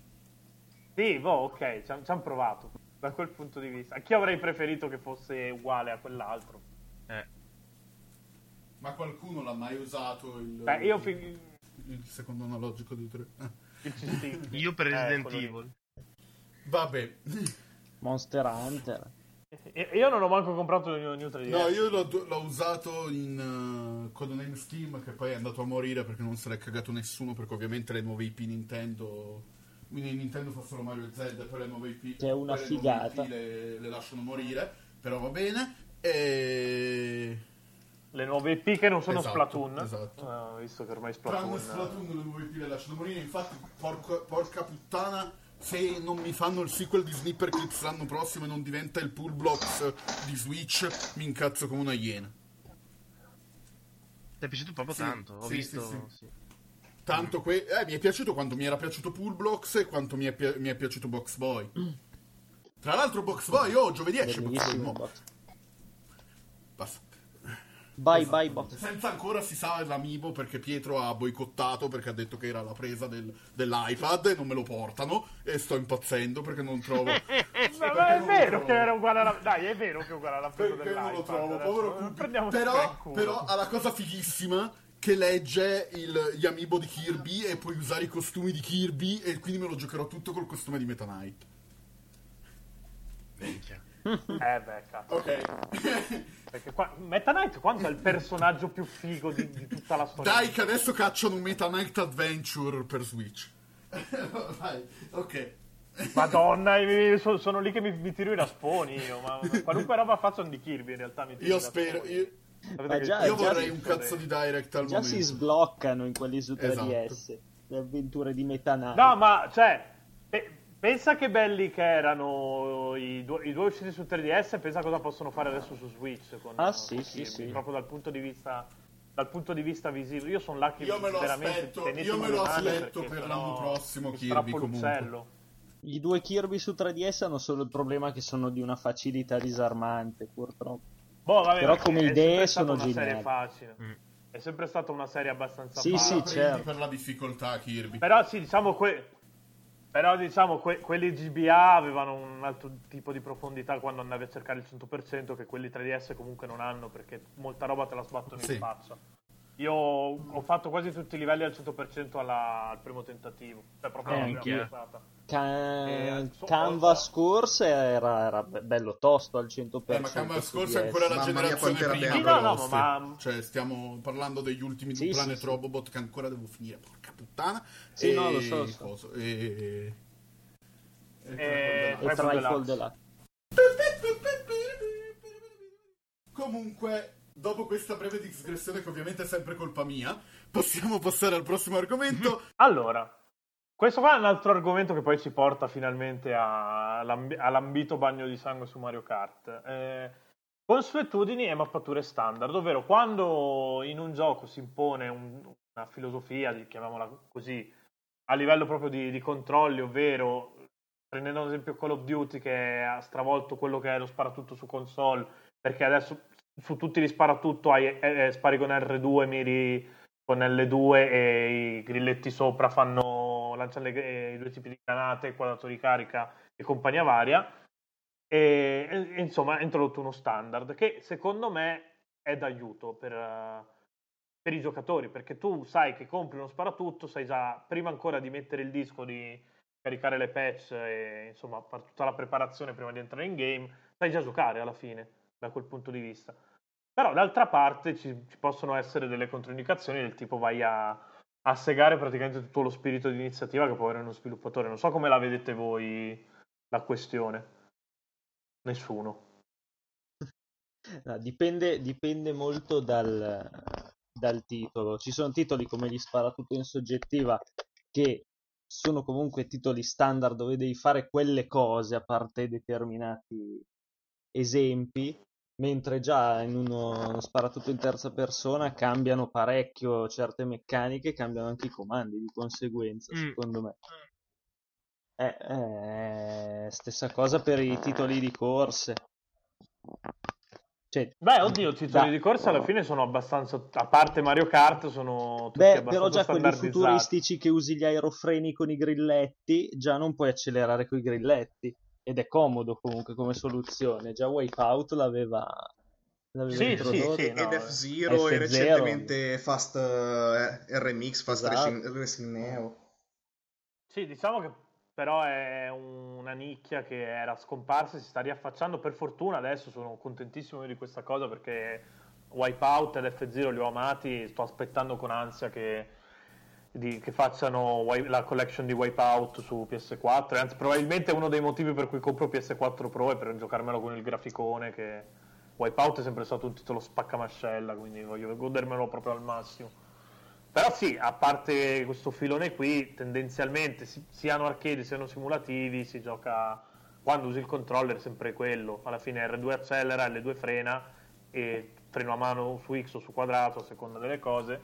Speaker 3: Sì, boh, ok, ci hanno provato, da quel punto di vista. Anch'io avrei preferito che fosse uguale a quell'altro.
Speaker 2: Eh.
Speaker 1: Ma qualcuno l'ha mai usato il,
Speaker 3: Beh, io fi-
Speaker 1: il secondo analogico di tre? Ah.
Speaker 3: il C-Stick.
Speaker 2: Io per
Speaker 3: Eh,
Speaker 2: Resident
Speaker 3: quello lì.
Speaker 2: Evil.
Speaker 1: Vabbè.
Speaker 4: Monster Hunter.
Speaker 3: E- Io non ho manco comprato il New tre D S.
Speaker 1: No, io l'ho, l'ho usato in uh, Codename Steam, che poi è andato a morire perché non se l'è cagato nessuno, perché ovviamente le nuove I P Nintendo, Nintendo fa solo Mario e Zelda, poi le nuove I P,
Speaker 4: Che è una
Speaker 1: poi le
Speaker 4: figata.
Speaker 1: nuove I P le, le lasciano morire, però va bene. E...
Speaker 3: Le nuove I P che non sono
Speaker 1: Esatto,
Speaker 3: Splatoon.
Speaker 1: esatto.
Speaker 3: Eh, visto che ormai
Speaker 1: Tranne
Speaker 3: Splatoon...
Speaker 1: Splatoon le nuove I P le lasciano morire, infatti porco- porca puttana, se non mi fanno il sequel di Snipper Clips l'anno prossimo e non diventa il Pool Blocks di Switch, mi incazzo come una iena.
Speaker 2: Ti è piaciuto proprio
Speaker 1: Sì,
Speaker 2: tanto, ho
Speaker 1: sì,
Speaker 2: visto...
Speaker 1: sì, sì.
Speaker 2: sì.
Speaker 1: Tanto que- eh, mi è piaciuto quanto mi era piaciuto Pool Blocks e quanto mi è, pi- mi è piaciuto Box Boy. Tra l'altro Box Boy, oh, giovedì esce Box Boy
Speaker 4: Bellissimo.
Speaker 1: mo.
Speaker 4: Box.
Speaker 1: Basta.
Speaker 4: Bye
Speaker 1: Esatto.
Speaker 4: bye box.
Speaker 1: Senza ancora si sa l'amiibo, perché Pietro ha boicottato perché ha detto che era la presa del- dell'iPad e non me lo portano e sto impazzendo perché non trovo.
Speaker 3: Ma,
Speaker 1: Perché
Speaker 3: ma è
Speaker 1: non lo
Speaker 3: vero
Speaker 1: trovo.
Speaker 3: che era uguale alla... Dai, è vero che è uguale alla presa
Speaker 1: Perché non lo
Speaker 3: dell'iPad.
Speaker 1: trovo,
Speaker 3: adesso.
Speaker 1: povero Cubi.
Speaker 3: Prendiamoci per
Speaker 1: Però,
Speaker 3: il culo.
Speaker 1: però ha la cosa fighissima che legge il- gli amiibo di Kirby e puoi usare i costumi di Kirby e quindi me lo giocherò tutto col costume di Meta Knight.
Speaker 2: Minchia.
Speaker 3: Eh beh, cazzo.
Speaker 1: Ok.
Speaker 3: Perché qua... Meta Knight quanto è il personaggio più figo di, di tutta la storia?
Speaker 1: Dai che adesso cacciano un Meta Knight Adventure per Switch. Vai, ok.
Speaker 3: Madonna, io- sono, sono lì che mi, mi tiro i rasponi io, ma ma qualunque roba facciano di Kirby in realtà mi tiro
Speaker 1: Io
Speaker 3: i
Speaker 1: spero...
Speaker 3: rasponi.
Speaker 1: Io,
Speaker 3: Sapete
Speaker 4: Ma
Speaker 3: che-
Speaker 4: già-
Speaker 1: io
Speaker 4: già
Speaker 1: vorrei
Speaker 4: si-
Speaker 1: un cazzo di direct al
Speaker 4: Già
Speaker 1: momento.
Speaker 4: si sbloccano in quelli su tre D S.
Speaker 1: Esatto.
Speaker 4: Le avventure di Meta Knight.
Speaker 3: No, ma cioè, pe- pensa che belli che erano i due, i due usciti su tre D S, pensa cosa possono fare adesso su Switch. Con,
Speaker 4: Ah, sì,
Speaker 3: con
Speaker 4: sì,
Speaker 3: Kirby,
Speaker 4: sì.
Speaker 3: Proprio dal punto di vista, dal punto di vista visivo. Io sono là che
Speaker 1: Io me lo
Speaker 3: veramente
Speaker 1: aspetto,
Speaker 3: tenetemi
Speaker 1: io me lo
Speaker 3: le mani
Speaker 1: aspetto
Speaker 3: perché
Speaker 1: per
Speaker 3: sennò
Speaker 1: l'anno prossimo
Speaker 3: mi
Speaker 1: Kirby
Speaker 3: strappo
Speaker 1: comunque.
Speaker 3: l'uccello.
Speaker 4: I due Kirby su tre D S hanno solo il problema che sono di una facilità disarmante, purtroppo.
Speaker 3: Boh, vabbè,
Speaker 4: Però
Speaker 3: ma
Speaker 4: come
Speaker 3: è
Speaker 4: idee
Speaker 3: sempre stata
Speaker 4: sono
Speaker 3: una serie
Speaker 4: geniali.
Speaker 3: facile.
Speaker 2: Mm.
Speaker 3: È sempre stata una serie abbastanza
Speaker 4: Sì,
Speaker 3: facile.
Speaker 4: sì,
Speaker 1: Ma la prendi
Speaker 4: certo.
Speaker 1: per la difficoltà Kirby.
Speaker 3: Però sì, diciamo que- però diciamo que- quelli G B A avevano un altro tipo di profondità quando andavi a cercare il cento per cento che quelli tre D S comunque non hanno, perché molta roba te la sbattono
Speaker 1: Sì.
Speaker 3: in faccia. Io ho fatto quasi tutti i livelli al cento per cento alla- al primo tentativo, cioè proprio
Speaker 4: Eh,
Speaker 3: la prima
Speaker 2: anch'io.
Speaker 3: passata.
Speaker 4: Ca-
Speaker 3: Eh, so-
Speaker 4: Canvas Course era, era be- bello tosto al cento per
Speaker 1: Eh, ma
Speaker 4: cento.
Speaker 1: Canvas
Speaker 4: su
Speaker 1: Course è
Speaker 4: D S.
Speaker 1: ancora la
Speaker 5: Mamma mia,
Speaker 1: generazione
Speaker 5: quanto era
Speaker 1: prima,
Speaker 5: bello.
Speaker 1: però,
Speaker 3: Sì, no, no,
Speaker 1: sì.
Speaker 3: ma-
Speaker 1: Cioè, stiamo parlando degli ultimi
Speaker 4: Sì,
Speaker 1: di Planet
Speaker 4: sì, sì.
Speaker 1: Robobot che ancora devo finire, porca puttana.
Speaker 4: Sì,
Speaker 1: e...
Speaker 4: no, lo so, lo so.
Speaker 1: coso, E...
Speaker 3: Eh,
Speaker 4: E
Speaker 3: Trifle
Speaker 4: Trifle
Speaker 3: Deluxe.
Speaker 4: Deluxe.
Speaker 1: Comunque, dopo questa breve digressione, che ovviamente è sempre colpa mia, possiamo passare al prossimo argomento.
Speaker 3: Allora, questo qua è un altro argomento che poi ci porta finalmente a- all'ambi- all'ambito bagno di sangue su Mario Kart. Eh, consuetudini e mappature standard, ovvero quando in un gioco si impone un- una filosofia, di- chiamiamola così, a livello proprio di, di controlli, ovvero prendendo ad esempio Call of Duty che ha stravolto quello che è lo sparatutto su console, perché adesso su tutti gli sparatutto hai, eh, eh, spari con erre due, miri con elle due e i grilletti sopra fanno lanciano le- eh, i due tipi di granate, il quadrato di carica e compagnia varia. E, e, insomma ha introdotto uno standard che secondo me è d'aiuto per, eh, per i giocatori, perché tu sai che compri uno sparatutto, sai già prima ancora di mettere il disco, di caricare le patch e insomma fare tutta la preparazione prima di entrare in game, sai già giocare alla fine da quel punto di vista. Però d'altra parte ci, ci possono essere delle controindicazioni del tipo vai a, a segare praticamente tutto lo spirito di iniziativa che può avere uno sviluppatore. Non so come la vedete voi la questione. Nessuno.
Speaker 4: No, dipende, dipende molto dal, dal titolo. Ci sono titoli come gli Sparatutto in soggettiva che sono comunque titoli standard dove devi fare quelle cose a parte determinati esempi, mentre già in uno, uno Sparatutto in terza persona cambiano parecchio certe meccaniche, cambiano anche i comandi di conseguenza,
Speaker 2: Mm.
Speaker 4: secondo me. Eh, eh, stessa cosa per i titoli di corse. Cioè,
Speaker 3: Beh, oddio, i titoli
Speaker 4: da-
Speaker 3: di corsa alla fine sono abbastanza, a parte Mario Kart, sono tutti
Speaker 4: Beh,
Speaker 3: abbastanza
Speaker 4: però già quelli
Speaker 3: standardizzati.
Speaker 4: futuristici che usi gli aerofreni con i grilletti, già non puoi accelerare coi grilletti. Ed è comodo comunque come soluzione. Già Wipeout l'aveva, l'aveva
Speaker 3: Sì, sì,
Speaker 4: introdotto.
Speaker 3: sì, no.
Speaker 5: Ed F-Zero e
Speaker 4: F zero.
Speaker 5: recentemente Fast eh, R M X, Fast
Speaker 4: Esatto.
Speaker 5: Racing, Racing Neo.
Speaker 3: Sì, diciamo che però è una nicchia che era scomparsa e si sta riaffacciando. Per fortuna adesso sono contentissimo di questa cosa, perché Wipeout ed F Zero li ho amati, sto aspettando con ansia che, di, che facciano wi- la collection di Wipeout su P S quattro, e anzi probabilmente uno dei motivi per cui compro P S quattro Pro è per giocarmelo con il graficone, che Wipeout è sempre stato un titolo spaccamascella, quindi voglio godermelo proprio al massimo. Però sì, a parte questo filone qui, tendenzialmente si- siano arcade siano simulativi, si gioca, quando usi il controller, è sempre quello. Alla fine R due accelera, L due frena, e freno a mano su X o su quadrato a seconda delle cose,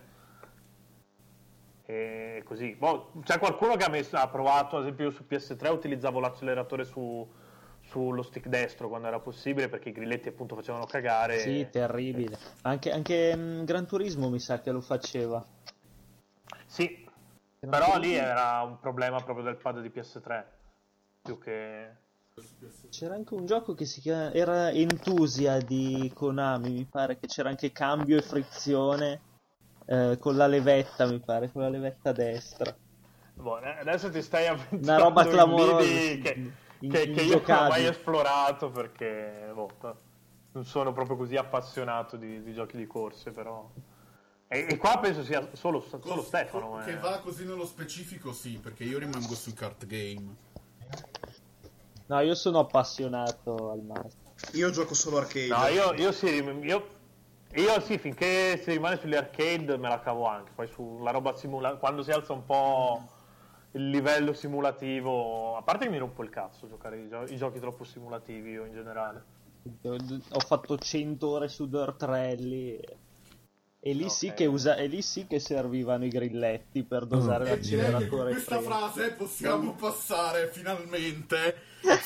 Speaker 3: e così. Boh, c'è qualcuno che ha, messo, ha provato, ad esempio io su P S tre utilizzavo l'acceleratore su, sullo stick destro quando era possibile, perché i grilletti appunto facevano cagare.
Speaker 4: Sì, terribile. Anche, anche mh, Gran Turismo mi sa che lo faceva.
Speaker 3: Sì,
Speaker 4: Gran
Speaker 3: però
Speaker 4: Turismo-
Speaker 3: lì era un problema proprio del pad di P S tre, più che...
Speaker 4: C'era anche un gioco che si chiama, era Entusia di Konami, mi pare che c'era anche cambio e frizione eh, con la levetta, mi pare, con la levetta destra.
Speaker 3: Boh, eh, adesso ti stai avventurando
Speaker 4: Una roba
Speaker 3: in
Speaker 4: clamorosa,
Speaker 3: lidi
Speaker 4: sì,
Speaker 3: che,
Speaker 4: in-
Speaker 3: che, che io non ho
Speaker 4: ingiocabili.
Speaker 3: mai esplorato, perché boh, non sono proprio così appassionato di, di giochi di corse, però... E, e qua penso sia solo, solo Stefano.
Speaker 1: Che
Speaker 3: eh.
Speaker 1: va così nello specifico, sì, perché io rimango sui kart game.
Speaker 4: No, io sono appassionato al massimo.
Speaker 5: Io gioco solo arcade.
Speaker 3: No, io, io sì, io, io sì, finché si rimane sugli arcade me la cavo anche. Poi sulla roba simulativa, quando si alza un po' il livello simulativo, a parte che mi rompo il cazzo giocare i, gio- i giochi troppo simulativi io in generale.
Speaker 4: Ho fatto cento ore su Dirt Rally e lì,
Speaker 3: Ok.
Speaker 4: sì che usa... e lì sì che servivano i grilletti per dosare
Speaker 1: E direi che con
Speaker 4: l'acceleratore.
Speaker 1: questa
Speaker 4: freddo.
Speaker 1: frase possiamo passare finalmente,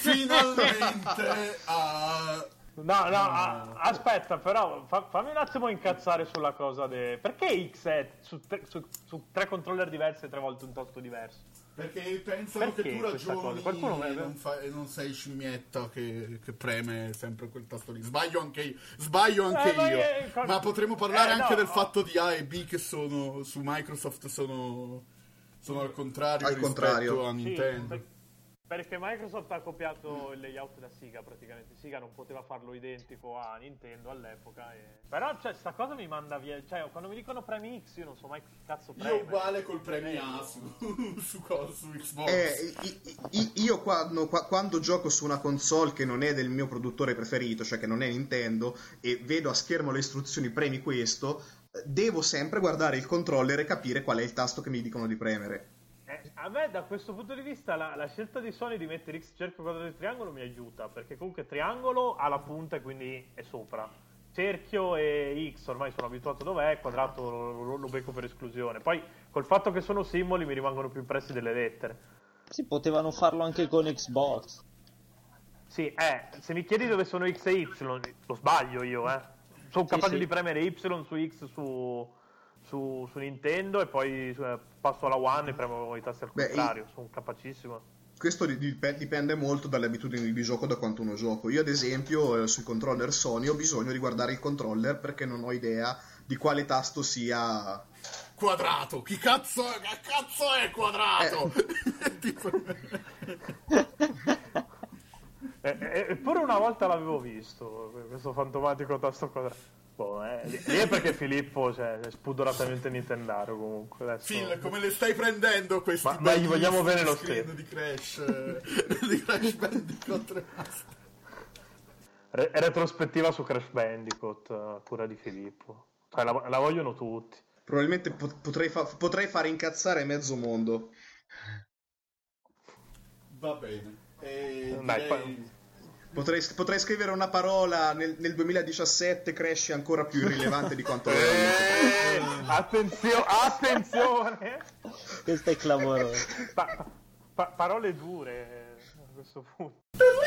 Speaker 1: finalmente a...
Speaker 3: No, no, a- aspetta, però fa- fammi un attimo incazzare sulla cosa de... Perché X è su, tre- su- su tre controller diversi e tre volte un tasto diverso?
Speaker 1: Perché pensano
Speaker 3: Perché
Speaker 1: che tu
Speaker 3: questa
Speaker 1: ragioni
Speaker 3: cosa? Qualcuno me-
Speaker 1: e non, fa- e non sei scimmietta che, che preme sempre quel tasto lì. Sbaglio anche io, sbaglio anche
Speaker 3: Eh, ma
Speaker 1: io.
Speaker 3: che-
Speaker 1: Ma potremmo parlare
Speaker 3: Eh,
Speaker 1: anche
Speaker 3: no.
Speaker 1: del fatto di A e B che sono su Microsoft sono, sono al contrario
Speaker 5: Al
Speaker 1: rispetto
Speaker 5: contrario.
Speaker 1: a
Speaker 3: Sì,
Speaker 1: Nintendo.
Speaker 3: per- perché Microsoft ha copiato il layout da Sega praticamente. Sega non poteva farlo identico a Nintendo all'epoca. E... Però, cioè, sta cosa mi manda via. Cioè, quando mi dicono premi X, io non so mai che cazzo preme.
Speaker 1: Io uguale col premi A su, su, cosa, su Xbox.
Speaker 5: Eh, i- i- io quando, qua- quando gioco su una console che non è del mio produttore preferito, cioè che non è Nintendo, e vedo a schermo le istruzioni premi questo, eh, devo sempre guardare il controller e capire qual è il tasto che mi dicono di premere.
Speaker 3: Eh, a me, da questo punto di vista, la, la scelta di Sony di mettere X, cerchio, quadrato e triangolo mi aiuta. Perché comunque triangolo ha la punta e quindi è sopra. Cerchio e X ormai sono abituato dov'è, quadrato lo, lo, lo becco per esclusione. Poi, col fatto che sono simboli, mi rimangono più impressi delle lettere.
Speaker 4: Sì, potevano farlo anche con Xbox.
Speaker 3: Sì, eh, se mi chiedi dove sono X e Y, lo sbaglio io, eh. Sono
Speaker 4: Sì,
Speaker 3: capace
Speaker 4: sì.
Speaker 3: di premere Y su X su, su, su Nintendo e poi eh, passo alla One e premo i tasti al
Speaker 5: Beh,
Speaker 3: contrario. Sono capacissimo.
Speaker 5: Questo di- dip- dipende molto dalle abitudini di gioco, da quanto uno gioco. Io ad esempio eh, sui controller Sony ho bisogno di guardare il controller perché non ho idea di quale tasto sia.
Speaker 1: Quadrato, chi cazzo, che cazzo è quadrato?
Speaker 3: Eh.
Speaker 1: Tipo-
Speaker 3: E- e- Eppure una volta l'avevo visto, questo fantomatico tasto quadrato. Boh, eh, lì lì è perché Filippo cioè, è spudoratamente nintendario comunque. Adesso...
Speaker 1: Phil, come le stai prendendo questi
Speaker 3: Ma- ma gli vogliamo
Speaker 1: bellissimi
Speaker 3: bene lo
Speaker 1: screen
Speaker 3: stesso.
Speaker 1: di Crash eh, di Crash Bandicoot Remastered?
Speaker 3: Re- retrospettiva su Crash Bandicoot, a cura di Filippo. Cioè, la, la vogliono tutti.
Speaker 5: Probabilmente pot- potrei, fa- potrei fare incazzare mezzo mondo.
Speaker 1: Va bene. E
Speaker 3: Dai,
Speaker 1: direi-
Speaker 3: poi-
Speaker 5: Potrei, potrei scrivere una parola nel, nel duemiladiciassette. Crash è ancora più irrilevante di quanto lo è.
Speaker 3: Eh, attenzio- attenzione!
Speaker 4: Questo è clamoroso.
Speaker 3: Pa- pa- parole dure a questo punto.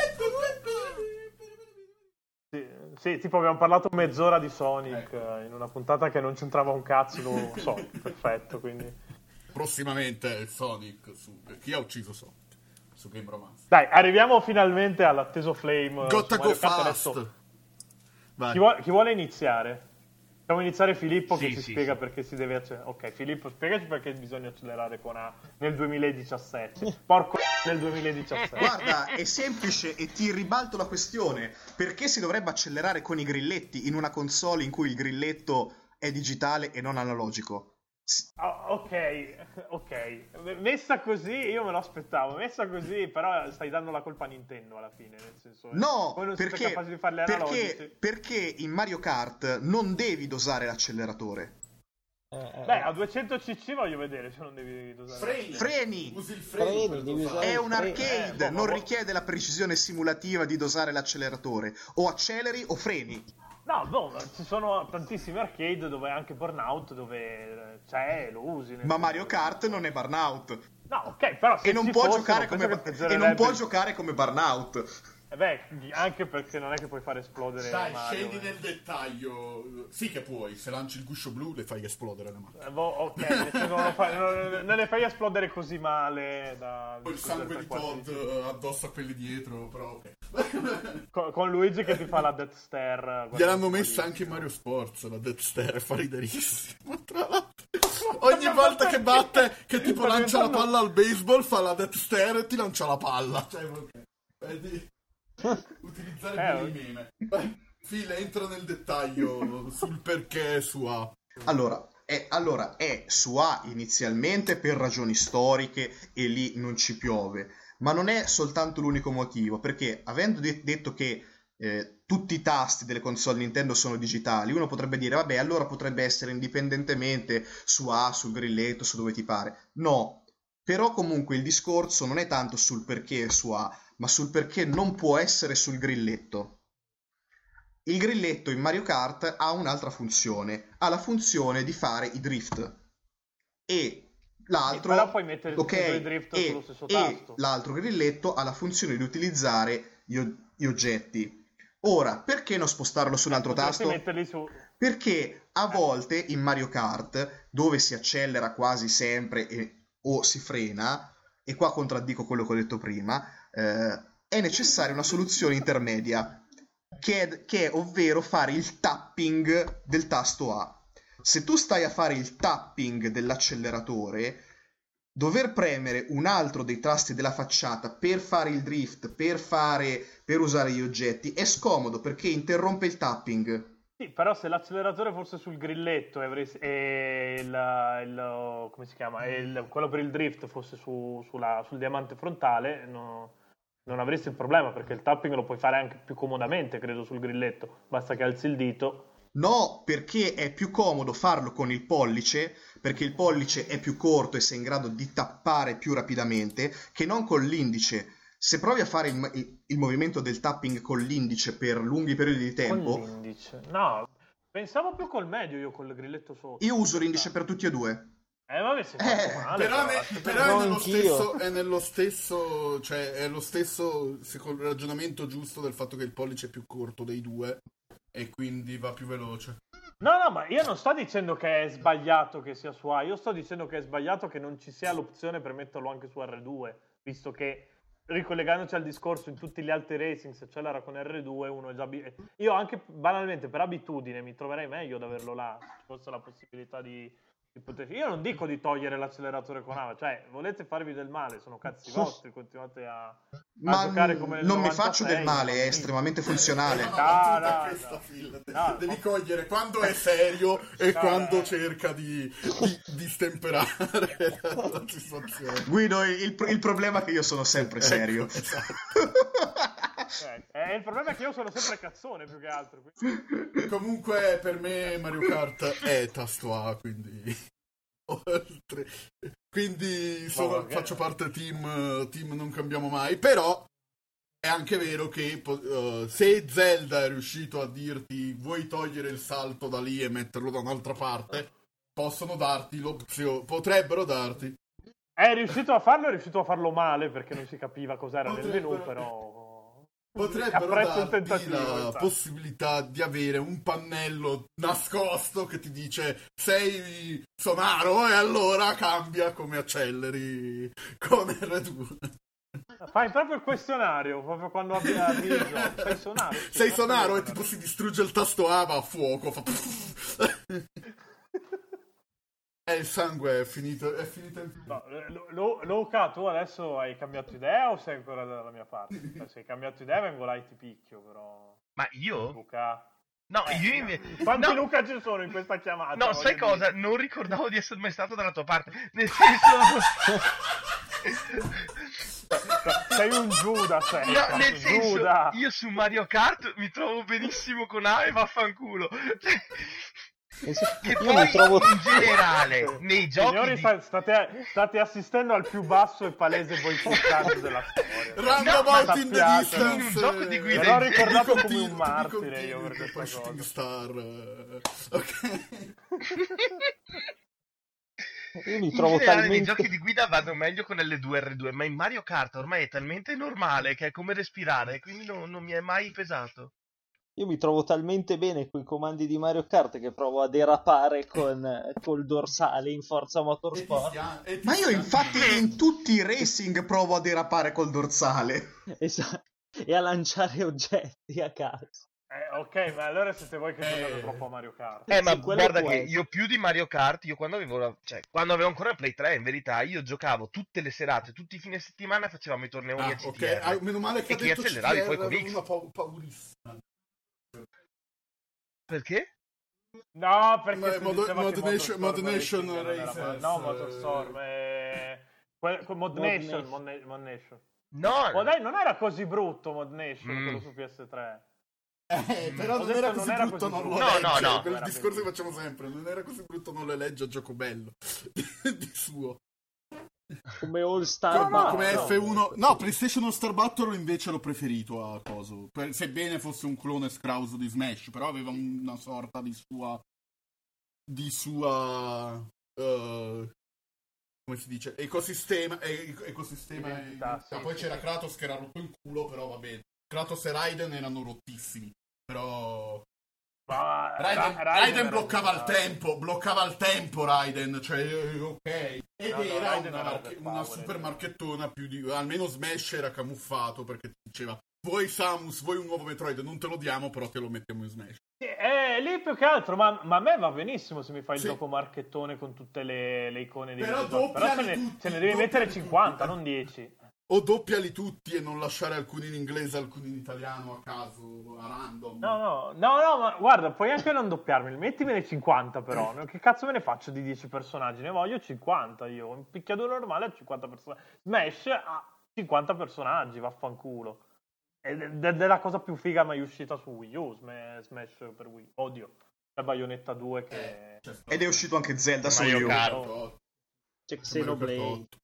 Speaker 3: Sì, sì, tipo abbiamo parlato mezz'ora di Sonic eh, in una puntata che non c'entrava un cazzo con Sonic, perfetto, quindi...
Speaker 1: Prossimamente Sonic su chi ha ucciso Sonic su Game Romancer.
Speaker 3: Dai, arriviamo finalmente all'atteso Flame.
Speaker 1: Gotta
Speaker 3: su
Speaker 1: go
Speaker 3: Mario Kart.
Speaker 1: fast.
Speaker 3: Adesso,
Speaker 1: Vai.
Speaker 3: chi, vuole, chi vuole iniziare? Facciamo iniziare Filippo che
Speaker 2: Sì,
Speaker 3: ci
Speaker 2: sì,
Speaker 3: spiega
Speaker 2: sì.
Speaker 3: perché si deve accelerare. Ok, Filippo, spiegaci perché bisogna accelerare con A nel duemiladiciassette. Porco nel duemiladiciassette.
Speaker 5: Guarda, è semplice e ti ribalto la questione. Perché si dovrebbe accelerare con i grilletti in una console in cui il grilletto è digitale e non analogico? S-
Speaker 3: Ah, ok, ok. Messa così io me lo aspettavo. Messa così, però stai dando la colpa a Nintendo alla fine. Nel senso, eh,
Speaker 5: No,
Speaker 3: voi non siete
Speaker 5: perché,
Speaker 3: capaci di farli
Speaker 5: perché,
Speaker 3: analogici.
Speaker 5: perché in Mario Kart non devi dosare l'acceleratore.
Speaker 4: Eh, eh,
Speaker 3: Beh, a duecento cc voglio vedere se non devi dosare.
Speaker 1: Freni.
Speaker 5: Freni!
Speaker 1: Usi il freno
Speaker 4: Freni,
Speaker 1: per
Speaker 4: devi
Speaker 1: dosare.
Speaker 4: usare-
Speaker 5: È un
Speaker 4: Eh,
Speaker 5: arcade,
Speaker 3: boh,
Speaker 5: non
Speaker 3: ma-
Speaker 5: richiede la precisione simulativa di dosare l'acceleratore. O acceleri o freni.
Speaker 3: No, boh, ci sono tantissimi arcade dove anche Burnout dove c'è, lo usi. nel
Speaker 5: Ma
Speaker 3: senso-
Speaker 5: Mario Kart non è Burnout.
Speaker 3: No, ok, però se
Speaker 5: E non,
Speaker 3: ci
Speaker 5: può
Speaker 3: fosse,
Speaker 5: giocare
Speaker 3: non
Speaker 5: come,
Speaker 3: penso che
Speaker 5: e
Speaker 3: peggiorerebbe-
Speaker 5: non può giocare come Burnout.
Speaker 3: Eh beh, anche perché non è che puoi far esplodere
Speaker 1: Dai,
Speaker 3: Mario.
Speaker 1: scendi
Speaker 3: eh.
Speaker 1: nel dettaglio. Sì che puoi, se lanci il guscio blu le fai esplodere le mani.
Speaker 3: Eh, boh, ok, nel senso non, lo fai- non- non le fai esplodere così male da
Speaker 1: Poi il sangue di Todd eh, addosso a quelli dietro, però ok.
Speaker 3: con, con Luigi che ti fa la Death Stare.
Speaker 1: Gliel'hanno messa anche in Mario Sports, la Death Stare, fa riderissimo. Tra l'altro, ogni volta che batte, che tipo
Speaker 3: Sta
Speaker 1: lancia la
Speaker 3: diventando-
Speaker 1: palla al baseball, fa la Death Stare e ti lancia la palla. Cioè, ok. Vedi? Utilizzare
Speaker 3: Eh,
Speaker 1: quei meme. Vai, Phil, entra nel dettaglio sul perché su A.
Speaker 5: Allora è, allora, è su A inizialmente per ragioni storiche e lì non ci piove. Ma non è soltanto l'unico motivo, perché avendo de- detto che eh, tutti i tasti delle console Nintendo sono digitali, uno potrebbe dire, vabbè, allora potrebbe essere indipendentemente su A, sul grilletto, su dove ti pare. No, però comunque il discorso non è tanto sul perché è su A, ma sul perché non può essere sul grilletto. Il grilletto in Mario Kart ha un'altra funzione, ha la funzione di fare i drift. E l'altro,
Speaker 3: Però puoi mettere
Speaker 5: ok,
Speaker 3: tutti i drift
Speaker 5: e,
Speaker 3: sullo stesso
Speaker 5: e
Speaker 3: tasto.
Speaker 5: l'altro grilletto ha la funzione di utilizzare gli, o- gli oggetti. Ora, perché non spostarlo su un altro
Speaker 3: Potresti
Speaker 5: tasto?
Speaker 3: metterli su...
Speaker 5: Perché a volte in Mario Kart, dove si accelera quasi sempre e- o si frena, e qua contraddico quello che ho detto prima, eh, è necessaria una soluzione intermedia, che è, che è ovvero fare il tapping del tasto A. Se tu stai a fare il tapping dell'acceleratore, dover premere un altro dei tasti della facciata per fare il drift, per fare, per usare gli oggetti, è scomodo perché interrompe il tapping.
Speaker 3: Sì, però se l'acceleratore fosse sul grilletto e, avresti- e il, il- come si chiama? E il- quello per il drift fosse su- sulla- sul diamante frontale, no- non avresti il problema perché il tapping lo puoi fare anche più comodamente, credo, sul grilletto. Basta che alzi il dito.
Speaker 5: No, perché è più comodo farlo con il pollice, perché il pollice è più corto e sei in grado di tappare più rapidamente, che non con l'indice. Se provi a fare il, il- il movimento del tapping con l'indice per lunghi periodi di tempo,
Speaker 3: Con l'indice. No, pensavo più col medio io col grilletto sotto.
Speaker 5: io uso l'indice per tutti e due.
Speaker 3: Eh, vabbè, sei
Speaker 5: Eh,
Speaker 3: fatto male.
Speaker 1: Però,
Speaker 3: però.
Speaker 1: ne- però è,
Speaker 4: No,
Speaker 1: nello
Speaker 4: anch'io.
Speaker 1: stesso, è nello stesso, cioè è lo stesso, secondo il ragionamento giusto del fatto che il pollice è più corto dei due e quindi va più veloce.
Speaker 3: No, no, ma io non sto dicendo che è sbagliato che sia su A, io sto dicendo che è sbagliato che non ci sia l'opzione per metterlo anche su R due, visto che, ricollegandoci al discorso, in tutti gli altri racing, se accelera con R due, uno è già... abi- Io anche, banalmente, per abitudine, mi troverei meglio ad averlo là, se ci fosse la possibilità di... di poter... Io non dico di togliere l'acceleratore con A, cioè, volete farvi del male, sono cazzi vostri, continuate a, a
Speaker 5: Ma
Speaker 3: giocare come nel
Speaker 5: non mi
Speaker 3: novantasei,
Speaker 5: faccio del male, è
Speaker 3: no?
Speaker 5: estremamente funzionale.
Speaker 1: No,
Speaker 3: No,
Speaker 1: la
Speaker 3: no,
Speaker 1: battuta è
Speaker 3: no.
Speaker 1: questa, Phil. De-
Speaker 3: No.
Speaker 1: Devi cogliere quando è serio e
Speaker 3: No,
Speaker 1: quando
Speaker 3: no.
Speaker 1: cerca di, di, di stemperare la situazione.
Speaker 5: Guido, il, il problema è che io sono sempre serio.
Speaker 1: Esatto.
Speaker 3: Eh, eh, il problema è che io sono sempre cazzone più che altro. quindi-
Speaker 1: Comunque per me Mario Kart è tasto A, quindi oltre. Quindi sono-
Speaker 3: Ma che-
Speaker 1: faccio parte team, team non cambiamo mai, però è anche vero che po- eh, se Zelda è riuscito a dirti vuoi togliere il salto da lì e metterlo da un'altra parte, possono darti l'opzione, potrebbero darti.
Speaker 3: È riuscito a farlo, è riuscito a farlo male perché non si capiva cos'era nel
Speaker 1: Potrebbero-
Speaker 3: menu, però...
Speaker 1: Potrebbero
Speaker 3: Apprezzo il
Speaker 1: darti
Speaker 3: tentativo,
Speaker 1: la
Speaker 3: esatto.
Speaker 1: possibilità di avere un pannello nascosto che ti dice sei sonaro e allora cambia come acceleri con R due.
Speaker 3: Fai proprio il questionario, proprio quando avvi- avviso. Sei sonaro? Sì,
Speaker 1: Sei
Speaker 3: no,
Speaker 1: sonaro e
Speaker 3: sì,
Speaker 1: tipo si distrugge il tasto A, va a fuoco. Fa... Eh, il sangue è finito, è finito in più.
Speaker 3: No, Lu- Luca, tu adesso hai cambiato idea o sei ancora dalla mia parte? Cioè, se hai cambiato idea vengo là e ti picchio, però...
Speaker 2: Ma io?
Speaker 3: Luca...
Speaker 2: No,
Speaker 3: Eh,
Speaker 2: io invece...
Speaker 3: Quanti
Speaker 2: no.
Speaker 3: Luca ci sono in questa chiamata?
Speaker 2: No, sai
Speaker 3: voglio
Speaker 2: cosa?
Speaker 3: dire?
Speaker 2: Non ricordavo di essere mai stato dalla tua parte. Nel senso...
Speaker 3: Sei un Giuda, sei.
Speaker 2: No, nel senso,
Speaker 3: Giuda.
Speaker 2: io su Mario Kart mi trovo benissimo con A e vaffanculo. Che
Speaker 4: Io
Speaker 2: poi
Speaker 4: mi trovo
Speaker 2: in generale nei giochi
Speaker 3: Signori,
Speaker 2: di...
Speaker 3: sta- state, state assistendo al più basso e palese boicottaggio della storia.
Speaker 1: Roundabout
Speaker 3: No,
Speaker 1: in the
Speaker 3: sappiate,
Speaker 1: distance.
Speaker 2: in un gioco di guida
Speaker 3: Me l'ho
Speaker 2: in-
Speaker 3: ricordato
Speaker 1: Ti
Speaker 3: come un
Speaker 1: continui-
Speaker 3: martire
Speaker 1: ti
Speaker 3: io per
Speaker 1: continui
Speaker 3: questa
Speaker 1: con
Speaker 3: cosa.
Speaker 1: Star. eh, Ok.
Speaker 4: Io mi
Speaker 2: In
Speaker 4: trovo
Speaker 2: generale nei
Speaker 4: talmente
Speaker 2: giochi di guida vanno meglio con L due R due, ma in Mario Kart ormai è talmente normale che è come respirare, quindi non, non mi è mai pesato.
Speaker 4: io mi trovo talmente bene con i comandi di Mario Kart che provo a derapare con col dorsale in Forza
Speaker 1: E ti
Speaker 4: Motorsport.
Speaker 1: stia- e ti
Speaker 5: Ma io
Speaker 1: stia-
Speaker 5: infatti in tutti i racing provo a derapare col dorsale.
Speaker 4: Esatto. E a lanciare oggetti a caso.
Speaker 3: Eh, ok, ma allora siete voi che
Speaker 1: Eh.
Speaker 3: giocate troppo a Mario Kart.
Speaker 2: Eh, ma
Speaker 4: Sì, quello
Speaker 2: guarda
Speaker 4: può
Speaker 2: che
Speaker 4: essere.
Speaker 2: io più di Mario Kart, io quando avevo, la- cioè, quando avevo ancora il Play tre, in verità, io giocavo tutte le serate, tutti i fine settimana facevamo i torneoni
Speaker 1: Ah,
Speaker 2: a C T R.
Speaker 1: ok, ah, meno male che
Speaker 2: E
Speaker 1: ha
Speaker 2: ti
Speaker 1: detto
Speaker 2: acceleravi
Speaker 1: C T R,
Speaker 2: poi con
Speaker 1: avevo
Speaker 2: X.
Speaker 1: una pau- paurissima.
Speaker 2: Perché?
Speaker 3: No, perché
Speaker 1: Ma-
Speaker 3: si
Speaker 1: Mod-
Speaker 3: diceva
Speaker 1: Mod
Speaker 3: che
Speaker 1: Nation-
Speaker 3: Motorstorm
Speaker 1: Mod
Speaker 3: Racing
Speaker 1: Nation
Speaker 3: non era-
Speaker 1: Racers,
Speaker 3: No,
Speaker 1: eh.
Speaker 3: Motorstorm è... que- que- Mod
Speaker 4: Mod
Speaker 3: Nation,
Speaker 4: Nation.
Speaker 3: Mod Na- Mod Nation.
Speaker 2: No,
Speaker 3: Oh, dai, non era così brutto Mod Nation,
Speaker 2: Mm.
Speaker 3: quello su P S tre.
Speaker 1: Eh, però
Speaker 3: Ho
Speaker 1: non
Speaker 3: detto
Speaker 1: era
Speaker 3: non
Speaker 1: così
Speaker 3: era
Speaker 1: brutto,
Speaker 3: così
Speaker 1: non lo
Speaker 2: brutto. No, no,
Speaker 1: legge.
Speaker 2: no.
Speaker 1: Quel
Speaker 3: Era
Speaker 1: discorso che
Speaker 3: bellissimo.
Speaker 1: facciamo sempre, non era così brutto, non le legge a gioco bello di suo.
Speaker 4: Come All Star
Speaker 1: Come,
Speaker 4: Battle.
Speaker 1: come
Speaker 3: no.
Speaker 1: F uno, no, PlayStation All Star Battle invece l'ho preferito a coso, per- sebbene fosse un clone scrauso di Smash, però aveva una sorta di sua di sua eh, come si dice, ecosistema, e- ecosistema
Speaker 3: Identità,
Speaker 1: ah,
Speaker 3: sì,
Speaker 1: poi
Speaker 3: sì,
Speaker 1: c'era
Speaker 3: sì.
Speaker 1: Kratos che era rotto in culo, però va bene. Kratos e Raiden erano rottissimi, però
Speaker 3: Ma
Speaker 1: Raiden,
Speaker 3: Ra-
Speaker 1: Raiden
Speaker 3: era
Speaker 1: bloccava il
Speaker 3: overpower.
Speaker 1: tempo, bloccava il tempo Raiden, cioè eh, ok. Ed
Speaker 3: No, no,
Speaker 1: era
Speaker 3: Raiden
Speaker 1: una,
Speaker 3: era
Speaker 1: marche- una
Speaker 3: overpower,
Speaker 1: super
Speaker 3: eh.
Speaker 1: marchettona più di... almeno Smash era camuffato perché ti diceva vuoi Samus, vuoi un nuovo Metroid, non te lo diamo però te lo mettiamo in Smash.
Speaker 3: Eh, lì più che altro, ma, ma a me va benissimo se mi fai il
Speaker 1: Sì.
Speaker 3: gioco marchettone con tutte le, le icone dei
Speaker 1: Però
Speaker 3: videogiochi. Però ce
Speaker 1: doppiali
Speaker 3: ne,
Speaker 1: tutti,
Speaker 3: ce ne devi
Speaker 1: doppiali
Speaker 3: mettere
Speaker 1: tutti.
Speaker 3: cinquanta, non dieci.
Speaker 1: O doppiali tutti e non lasciare alcuni in inglese, alcuni in italiano a caso, a random.
Speaker 3: No, no, no, no, ma guarda, puoi anche non doppiarmi, mettimene cinquanta però. No? Che cazzo me ne faccio di dieci personaggi? Ne voglio cinquanta io. Un picchiaduro normale ha cinquanta personaggi. Smash ha cinquanta personaggi, vaffanculo. Ed ed è la cosa più figa mai uscita su Wii U, Sm- Smash per Wii. Odio. La Bayonetta due che...
Speaker 1: C'è stato
Speaker 5: Ed è uscito anche Zelda su
Speaker 2: Mario
Speaker 5: Wii U.
Speaker 2: Kart.
Speaker 1: otto,
Speaker 4: C'è
Speaker 1: Mario Kart
Speaker 4: Xenoblade.
Speaker 1: otto.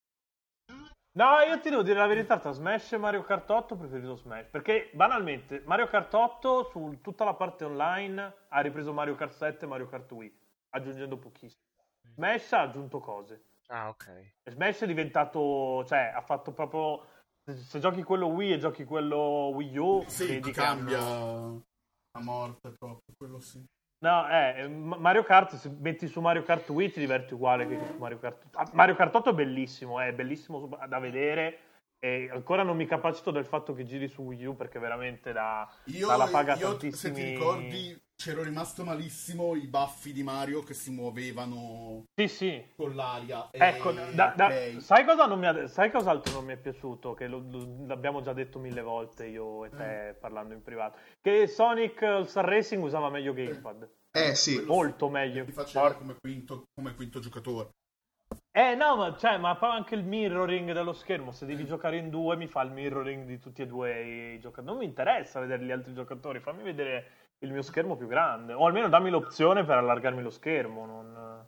Speaker 3: No, io ti devo dire la verità, tra Smash e Mario Kart otto ho preferito Smash, perché banalmente Mario Kart otto su tutta la parte online ha ripreso Mario Kart sette e Mario Kart Wii, aggiungendo pochissimo. Smash ha aggiunto cose.
Speaker 2: Ah, ok.
Speaker 3: E Smash è diventato, cioè, ha fatto proprio... Se giochi quello Wii e giochi quello Wii U,
Speaker 1: Sì,
Speaker 3: vedi che
Speaker 1: cambia
Speaker 3: hanno-
Speaker 1: a morte proprio, quello sì.
Speaker 3: No, eh, M- Mario Kart, se metti su Mario Kart Wii ti diverti uguale che su Mario Kart. Ah, Mario Kart otto è bellissimo, è bellissimo da vedere e ancora non mi capacito del fatto che giri su Wii U perché veramente da,
Speaker 1: Io,
Speaker 3: dà la paga
Speaker 1: io,
Speaker 3: tantissimi...
Speaker 1: se ti ricordi, c'ero rimasto malissimo i baffi di Mario che si muovevano
Speaker 3: Sì, sì.
Speaker 1: con l'aria. e-
Speaker 3: Ecco, da- da-
Speaker 1: ok.
Speaker 3: sai, cosa non mi ha- sai cos'altro non mi è piaciuto? Che lo- lo- l'abbiamo già detto mille volte io e te parlando in privato. Che Sonic All Star Racing usava meglio Gamepad.
Speaker 5: Eh sì,
Speaker 1: Quello
Speaker 3: Molto
Speaker 1: sì,
Speaker 3: meglio.
Speaker 1: Ti faceva
Speaker 3: Porca-
Speaker 1: come quinto, come quinto giocatore.
Speaker 3: Eh no, ma, cioè, ma poi anche il mirroring dello schermo, se devi giocare in due mi fa il mirroring di tutti e due i giocatori. Non mi interessa vedere gli altri giocatori, fammi vedere il mio schermo più grande, o almeno dammi l'opzione per allargarmi lo schermo. Non...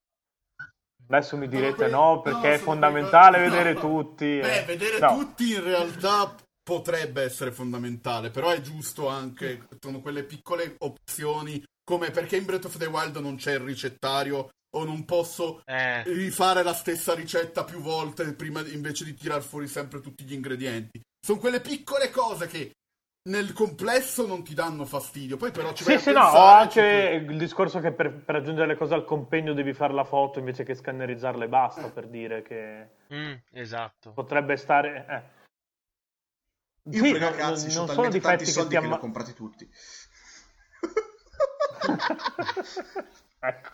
Speaker 3: Adesso mi direte
Speaker 1: quei-
Speaker 3: no, perché
Speaker 1: no,
Speaker 3: è
Speaker 1: sono
Speaker 3: fondamentale
Speaker 1: quei-
Speaker 3: vedere
Speaker 1: no.
Speaker 3: tutti.
Speaker 1: Beh,
Speaker 3: eh.
Speaker 1: vedere
Speaker 3: No.
Speaker 1: tutti in realtà potrebbe essere fondamentale, però è giusto anche, sono quelle piccole opzioni, come perché in Breath of the Wild non c'è il ricettario o non posso
Speaker 2: Eh,
Speaker 1: rifare la stessa ricetta più volte prima invece di tirar fuori sempre tutti gli ingredienti. Sono quelle piccole cose che nel complesso non ti danno fastidio, poi però ci vai
Speaker 3: Sì,
Speaker 1: a
Speaker 3: sì, no, ho
Speaker 1: pensare,
Speaker 3: anche il discorso che per, per aggiungere le cose al compendio devi fare la foto invece che scannerizzarle e basta, per dire che
Speaker 2: mm, esatto.
Speaker 3: potrebbe stare... Eh.
Speaker 5: io
Speaker 3: Sì,
Speaker 5: frega
Speaker 3: non-
Speaker 5: cazzi,
Speaker 3: non
Speaker 5: sono
Speaker 3: sono
Speaker 5: talmente tanti
Speaker 3: difetti che
Speaker 5: soldi
Speaker 3: ti
Speaker 5: che li ho
Speaker 3: amma-
Speaker 5: comprati tutti.
Speaker 3: Ecco.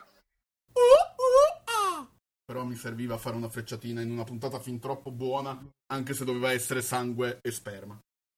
Speaker 1: Però mi serviva fare una frecciatina in una puntata fin troppo buona, anche se doveva essere sangue e sperma.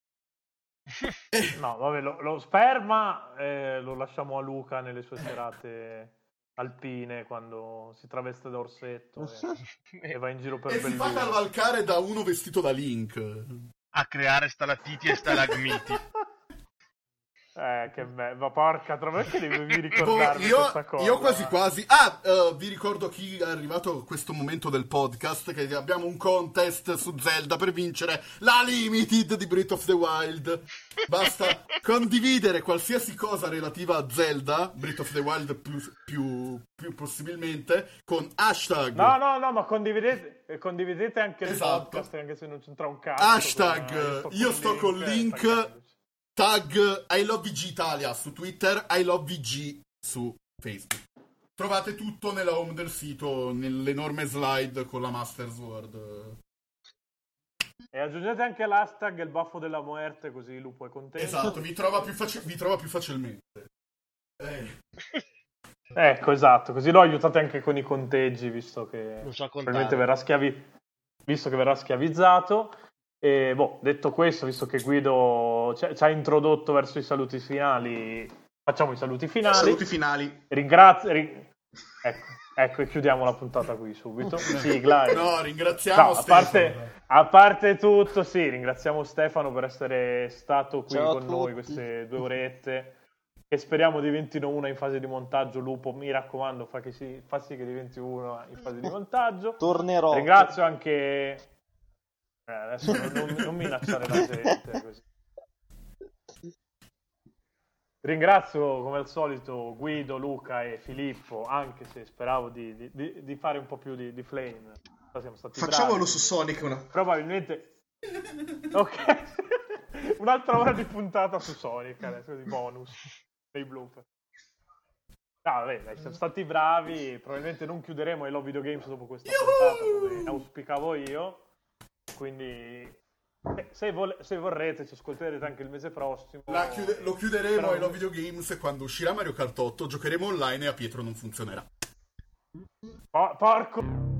Speaker 3: No, vabbè, lo, lo sperma eh, lo lasciamo a Luca nelle sue serate alpine, quando si traveste da orsetto e, e va in giro per
Speaker 1: E si fa
Speaker 3: Belluno.
Speaker 1: cavalcare da uno vestito da Link.
Speaker 2: A creare stalattiti e stalagmiti.
Speaker 3: Eh, che bello, ma porca troia, perché devi
Speaker 1: Boh,
Speaker 3: ricordarmi
Speaker 1: io,
Speaker 3: questa cosa?
Speaker 1: io quasi quasi. Ah, eh, vi ricordo a chi è arrivato a questo momento del podcast che abbiamo un contest su Zelda per vincere la Limited di Breath of the Wild. Basta condividere qualsiasi cosa relativa a Zelda, Breath of the Wild più, più, più possibilmente, con hashtag.
Speaker 3: No, no, no, ma condividete, condividete anche il
Speaker 1: Esatto.
Speaker 3: podcast, anche se non c'entra un cazzo.
Speaker 1: Hashtag
Speaker 3: con, eh,
Speaker 1: io sto col link.
Speaker 3: tagliamoci.
Speaker 1: Tag I Love V G Italia su Twitter, I Love V G su Facebook. Trovate tutto nella home del sito, nell'enorme slide con la Master Sword.
Speaker 3: E aggiungete anche l'hashtag il baffo della muerte, così Lupo è contento.
Speaker 1: Esatto, vi trova più, faci- vi trova più facilmente. Eh.
Speaker 3: Ecco, esatto, così lo aiutate anche con i conteggi, visto che
Speaker 2: Non so
Speaker 3: probabilmente
Speaker 2: contare.
Speaker 3: verrà schiavi... visto che verrà schiavizzato. E boh, detto questo, visto che Guido ci ha- ci ha introdotto verso i saluti finali, facciamo i saluti finali.
Speaker 5: Saluti finali.
Speaker 3: Ringrazio. ri- Ecco, ecco, e chiudiamo la puntata qui subito. Sigla. e-
Speaker 1: No, ringraziamo
Speaker 3: No, a
Speaker 1: Stefano.
Speaker 3: parte, a parte tutto, sì, ringraziamo Stefano per essere stato qui
Speaker 4: Ciao a
Speaker 3: con noi
Speaker 4: tutti.
Speaker 3: queste due orette, che speriamo diventino una in fase di montaggio. Lupo, mi raccomando, fa, che si, fa sì che diventi una in fase di montaggio.
Speaker 4: Tornerò.
Speaker 3: Ringrazio anche... Eh, adesso non, non- non minacciare la gente così. Ringrazio come al solito Guido, Luca e Filippo, anche se speravo di, di- di- di fare un po' più di, di flame. Però siamo stati
Speaker 5: Facciamolo
Speaker 3: bravi.
Speaker 5: su Sonic. Una...
Speaker 3: Probabilmente. Ok. Un'altra ora di puntata su Sonic adesso, di bonus dei blooper. No, vabbè, dai, siamo stati bravi. Probabilmente non chiuderemo i Love Video Games dopo questa puntata, come auspicavo io. Quindi, eh, se, vol- se vorrete, ci ascolterete anche il mese prossimo.
Speaker 1: La chiude- lo chiuderemo
Speaker 3: Però-
Speaker 1: ai Love Video Games e quando uscirà Mario Kart otto giocheremo online e a Pietro non funzionerà.
Speaker 3: Po- porco.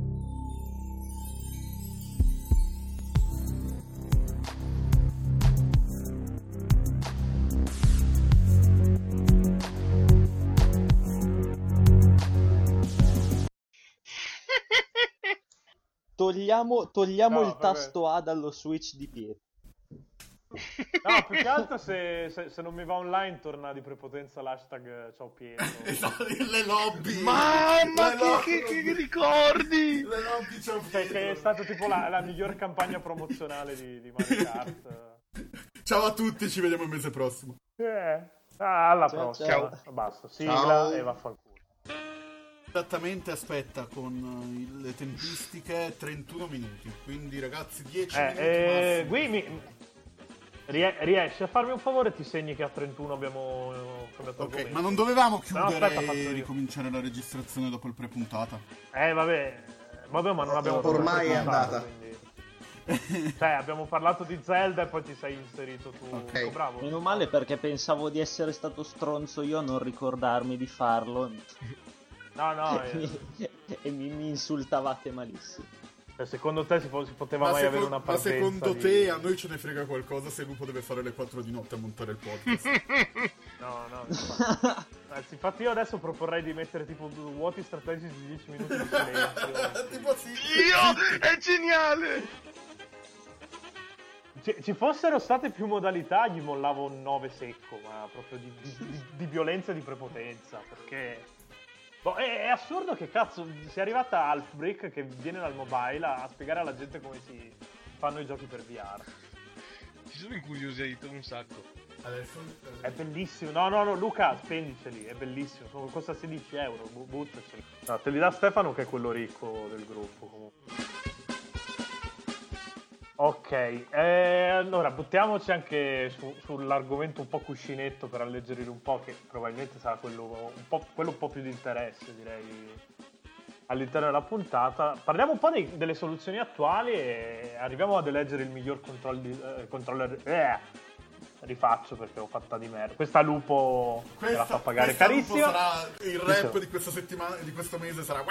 Speaker 4: Togliamo, togliamo
Speaker 3: No,
Speaker 4: il
Speaker 3: vabbè.
Speaker 4: tasto A dallo Switch di Pietro.
Speaker 3: No, più che altro se, se- se non mi va online torna di prepotenza l'hashtag ciao Pietro.
Speaker 1: Esatto, le lobby.
Speaker 2: Mamma,
Speaker 1: Le
Speaker 2: che,
Speaker 1: lobby.
Speaker 2: che- che ricordi!
Speaker 1: Le lobby c'è un
Speaker 3: Cioè, che è stata tipo la, la miglior campagna promozionale di, di Mario Kart.
Speaker 1: Ciao a tutti, ci vediamo il mese prossimo.
Speaker 3: Eh, ah, alla
Speaker 4: Ciao,
Speaker 3: prossima.
Speaker 4: ciao.
Speaker 3: Basta, sigla
Speaker 5: Ciao.
Speaker 3: e vaffanculo.
Speaker 1: Esattamente, aspetta, con eh, le tempistiche trentuno minuti. Quindi ragazzi, dieci
Speaker 3: Eh,
Speaker 1: minuti
Speaker 3: eh,
Speaker 1: massimo.
Speaker 3: Gui, mi- rie- riesci a farmi un favore? Ti segni che a trentuno abbiamo eh, cambiato
Speaker 1: Ok,
Speaker 3: argomento.
Speaker 1: ma non dovevamo
Speaker 3: No,
Speaker 1: chiudere
Speaker 3: aspetta, faccio
Speaker 1: e
Speaker 3: io.
Speaker 1: ricominciare la registrazione dopo il pre-puntata?
Speaker 3: Eh, vabbè, vabbè, ma non abbiamo
Speaker 5: Ormai è
Speaker 3: parlato,
Speaker 5: andata.
Speaker 3: quindi- Cioè, abbiamo parlato di Zelda e poi ti sei inserito tu.
Speaker 5: Ok.
Speaker 3: Oh, bravo.
Speaker 4: Meno male perché pensavo di essere stato stronzo io a non ricordarmi di farlo.
Speaker 3: No, no,
Speaker 4: e
Speaker 3: eh,
Speaker 4: mi, e mi- mi insultavate malissimo.
Speaker 3: cioè, secondo te si, po- si poteva
Speaker 1: Ma,
Speaker 3: mai
Speaker 1: seco-
Speaker 3: avere una
Speaker 1: ma
Speaker 3: partenza
Speaker 1: secondo
Speaker 3: di-
Speaker 1: te a noi ce ne frega qualcosa se Lupo deve fare le quattro di notte a montare il podcast?
Speaker 3: No, no, infatti. Anzi, infatti io adesso proporrei di mettere tipo due vuoti strategici di dieci minuti di silenzio.
Speaker 1: Tipo sì.
Speaker 2: Io! È geniale!
Speaker 3: Ci, ci fossero state più modalità, gli mollavo un nove secco, ma proprio di, di- di- di violenza e di prepotenza, perché... Boh, è, è assurdo che cazzo sia arrivata Half Brick che viene dal mobile a, a spiegare alla gente come si fanno i giochi per V R.
Speaker 2: Ci sono incuriosito un sacco.
Speaker 1: Adesso
Speaker 3: È bellissimo. No, no, no, Luca, spendiceli, è bellissimo. Sono- Costa sedici euro, bu- buttaceli. No, te li dà Stefano che è quello ricco del gruppo comunque. Ok, eh, allora buttiamoci anche su- sull'argomento un po' cuscinetto per alleggerire un po', che probabilmente sarà quello un po', quello un po' più di interesse, direi, all'interno della puntata. Parliamo un po' dei- delle soluzioni attuali e arriviamo ad eleggere il miglior controlli- eh, controller, eh, rifaccio perché ho fatta di merda. Questa Lupo me la fa pagare
Speaker 1: questa
Speaker 3: carissimo.
Speaker 1: Lupo sarà il rap
Speaker 3: Dicevo.
Speaker 1: di questa settimana, di questo mese sarà.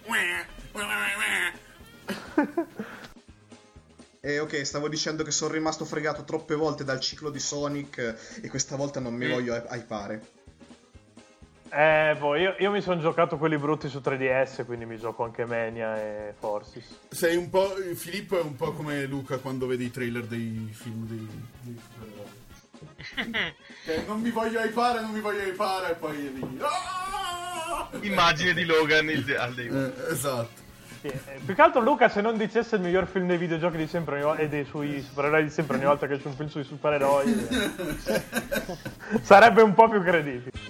Speaker 5: E ok, stavo dicendo che sono rimasto fregato troppe volte dal ciclo di Sonic e questa volta non mi
Speaker 2: Mm.
Speaker 5: voglio hypare.
Speaker 3: Eh, boh, io, io mi sono giocato quelli brutti su tre D S, quindi mi gioco anche Mania e Forces.
Speaker 1: Sei un po'. Filippo è un po' come Luca quando vede i trailer dei film dei, dei supereroi. Che non mi voglio hypare, non mi voglio hypare, e poi è lì. Ah!
Speaker 2: Immagine di Logan il, al Day One.
Speaker 1: Eh, esatto.
Speaker 3: Sì, eh, più che altro Luca, se non dicesse il miglior film dei videogiochi di sempre ogni vo- e dei sui supereroi di sempre ogni volta che c'è un film sui supereroi, eh, sarebbe un po' più credibile.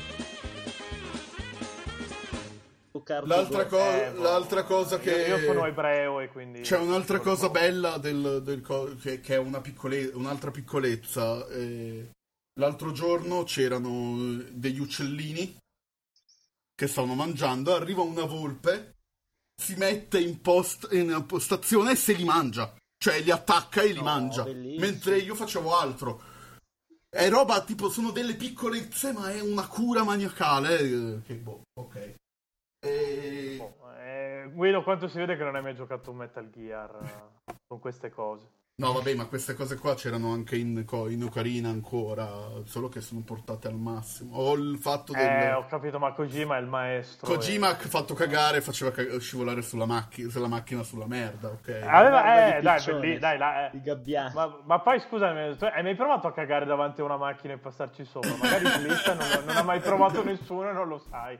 Speaker 1: L'altra, co-
Speaker 3: Eh, boh,
Speaker 1: l'altra cosa che.
Speaker 3: Io, io sono ebreo e quindi...
Speaker 1: C'è un'altra cosa bella del, del co- che, che è una piccole- un'altra piccolezza. eh, L'altro giorno c'erano degli uccellini che stavano mangiando, arriva una volpe, si mette in, post- in postazione e se li mangia. Cioè li attacca e li
Speaker 4: No,
Speaker 1: mangia.
Speaker 4: bellissimo.
Speaker 1: Mentre io facevo altro. È roba tipo, sono delle piccolezze, ma è una cura maniacale. eh, Che boh, ok. E...
Speaker 3: Boh, eh, Guido, quanto si vede che non hai mai giocato un Metal Gear eh, con queste cose.
Speaker 1: No, vabbè, ma queste cose qua c'erano anche in, co- in Ocarina ancora, solo che sono portate al massimo. Ho il fatto del...
Speaker 3: Eh, ho capito, ma Kojima è il maestro.
Speaker 1: Kojima
Speaker 3: e-
Speaker 1: ha fatto cagare, faceva ca- scivolare sulla, macchi- sulla macchina sulla merda, ok?
Speaker 3: Aveva,
Speaker 4: Guarda
Speaker 3: eh,
Speaker 4: i
Speaker 3: dai,
Speaker 4: piccioni,
Speaker 3: belli- dai, la- eh.
Speaker 4: i gabbiani.
Speaker 3: Ma, ma poi scusami, tu hai mai provato a cagare davanti a una macchina e passarci sopra? Magari Slitta non, non ha mai provato nessuno e non lo sai.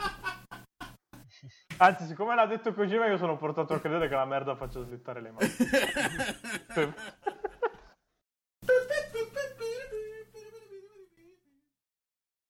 Speaker 3: Anzi, siccome l'ha detto Kojima, io sono portato a credere che la merda faccia slittare le mani.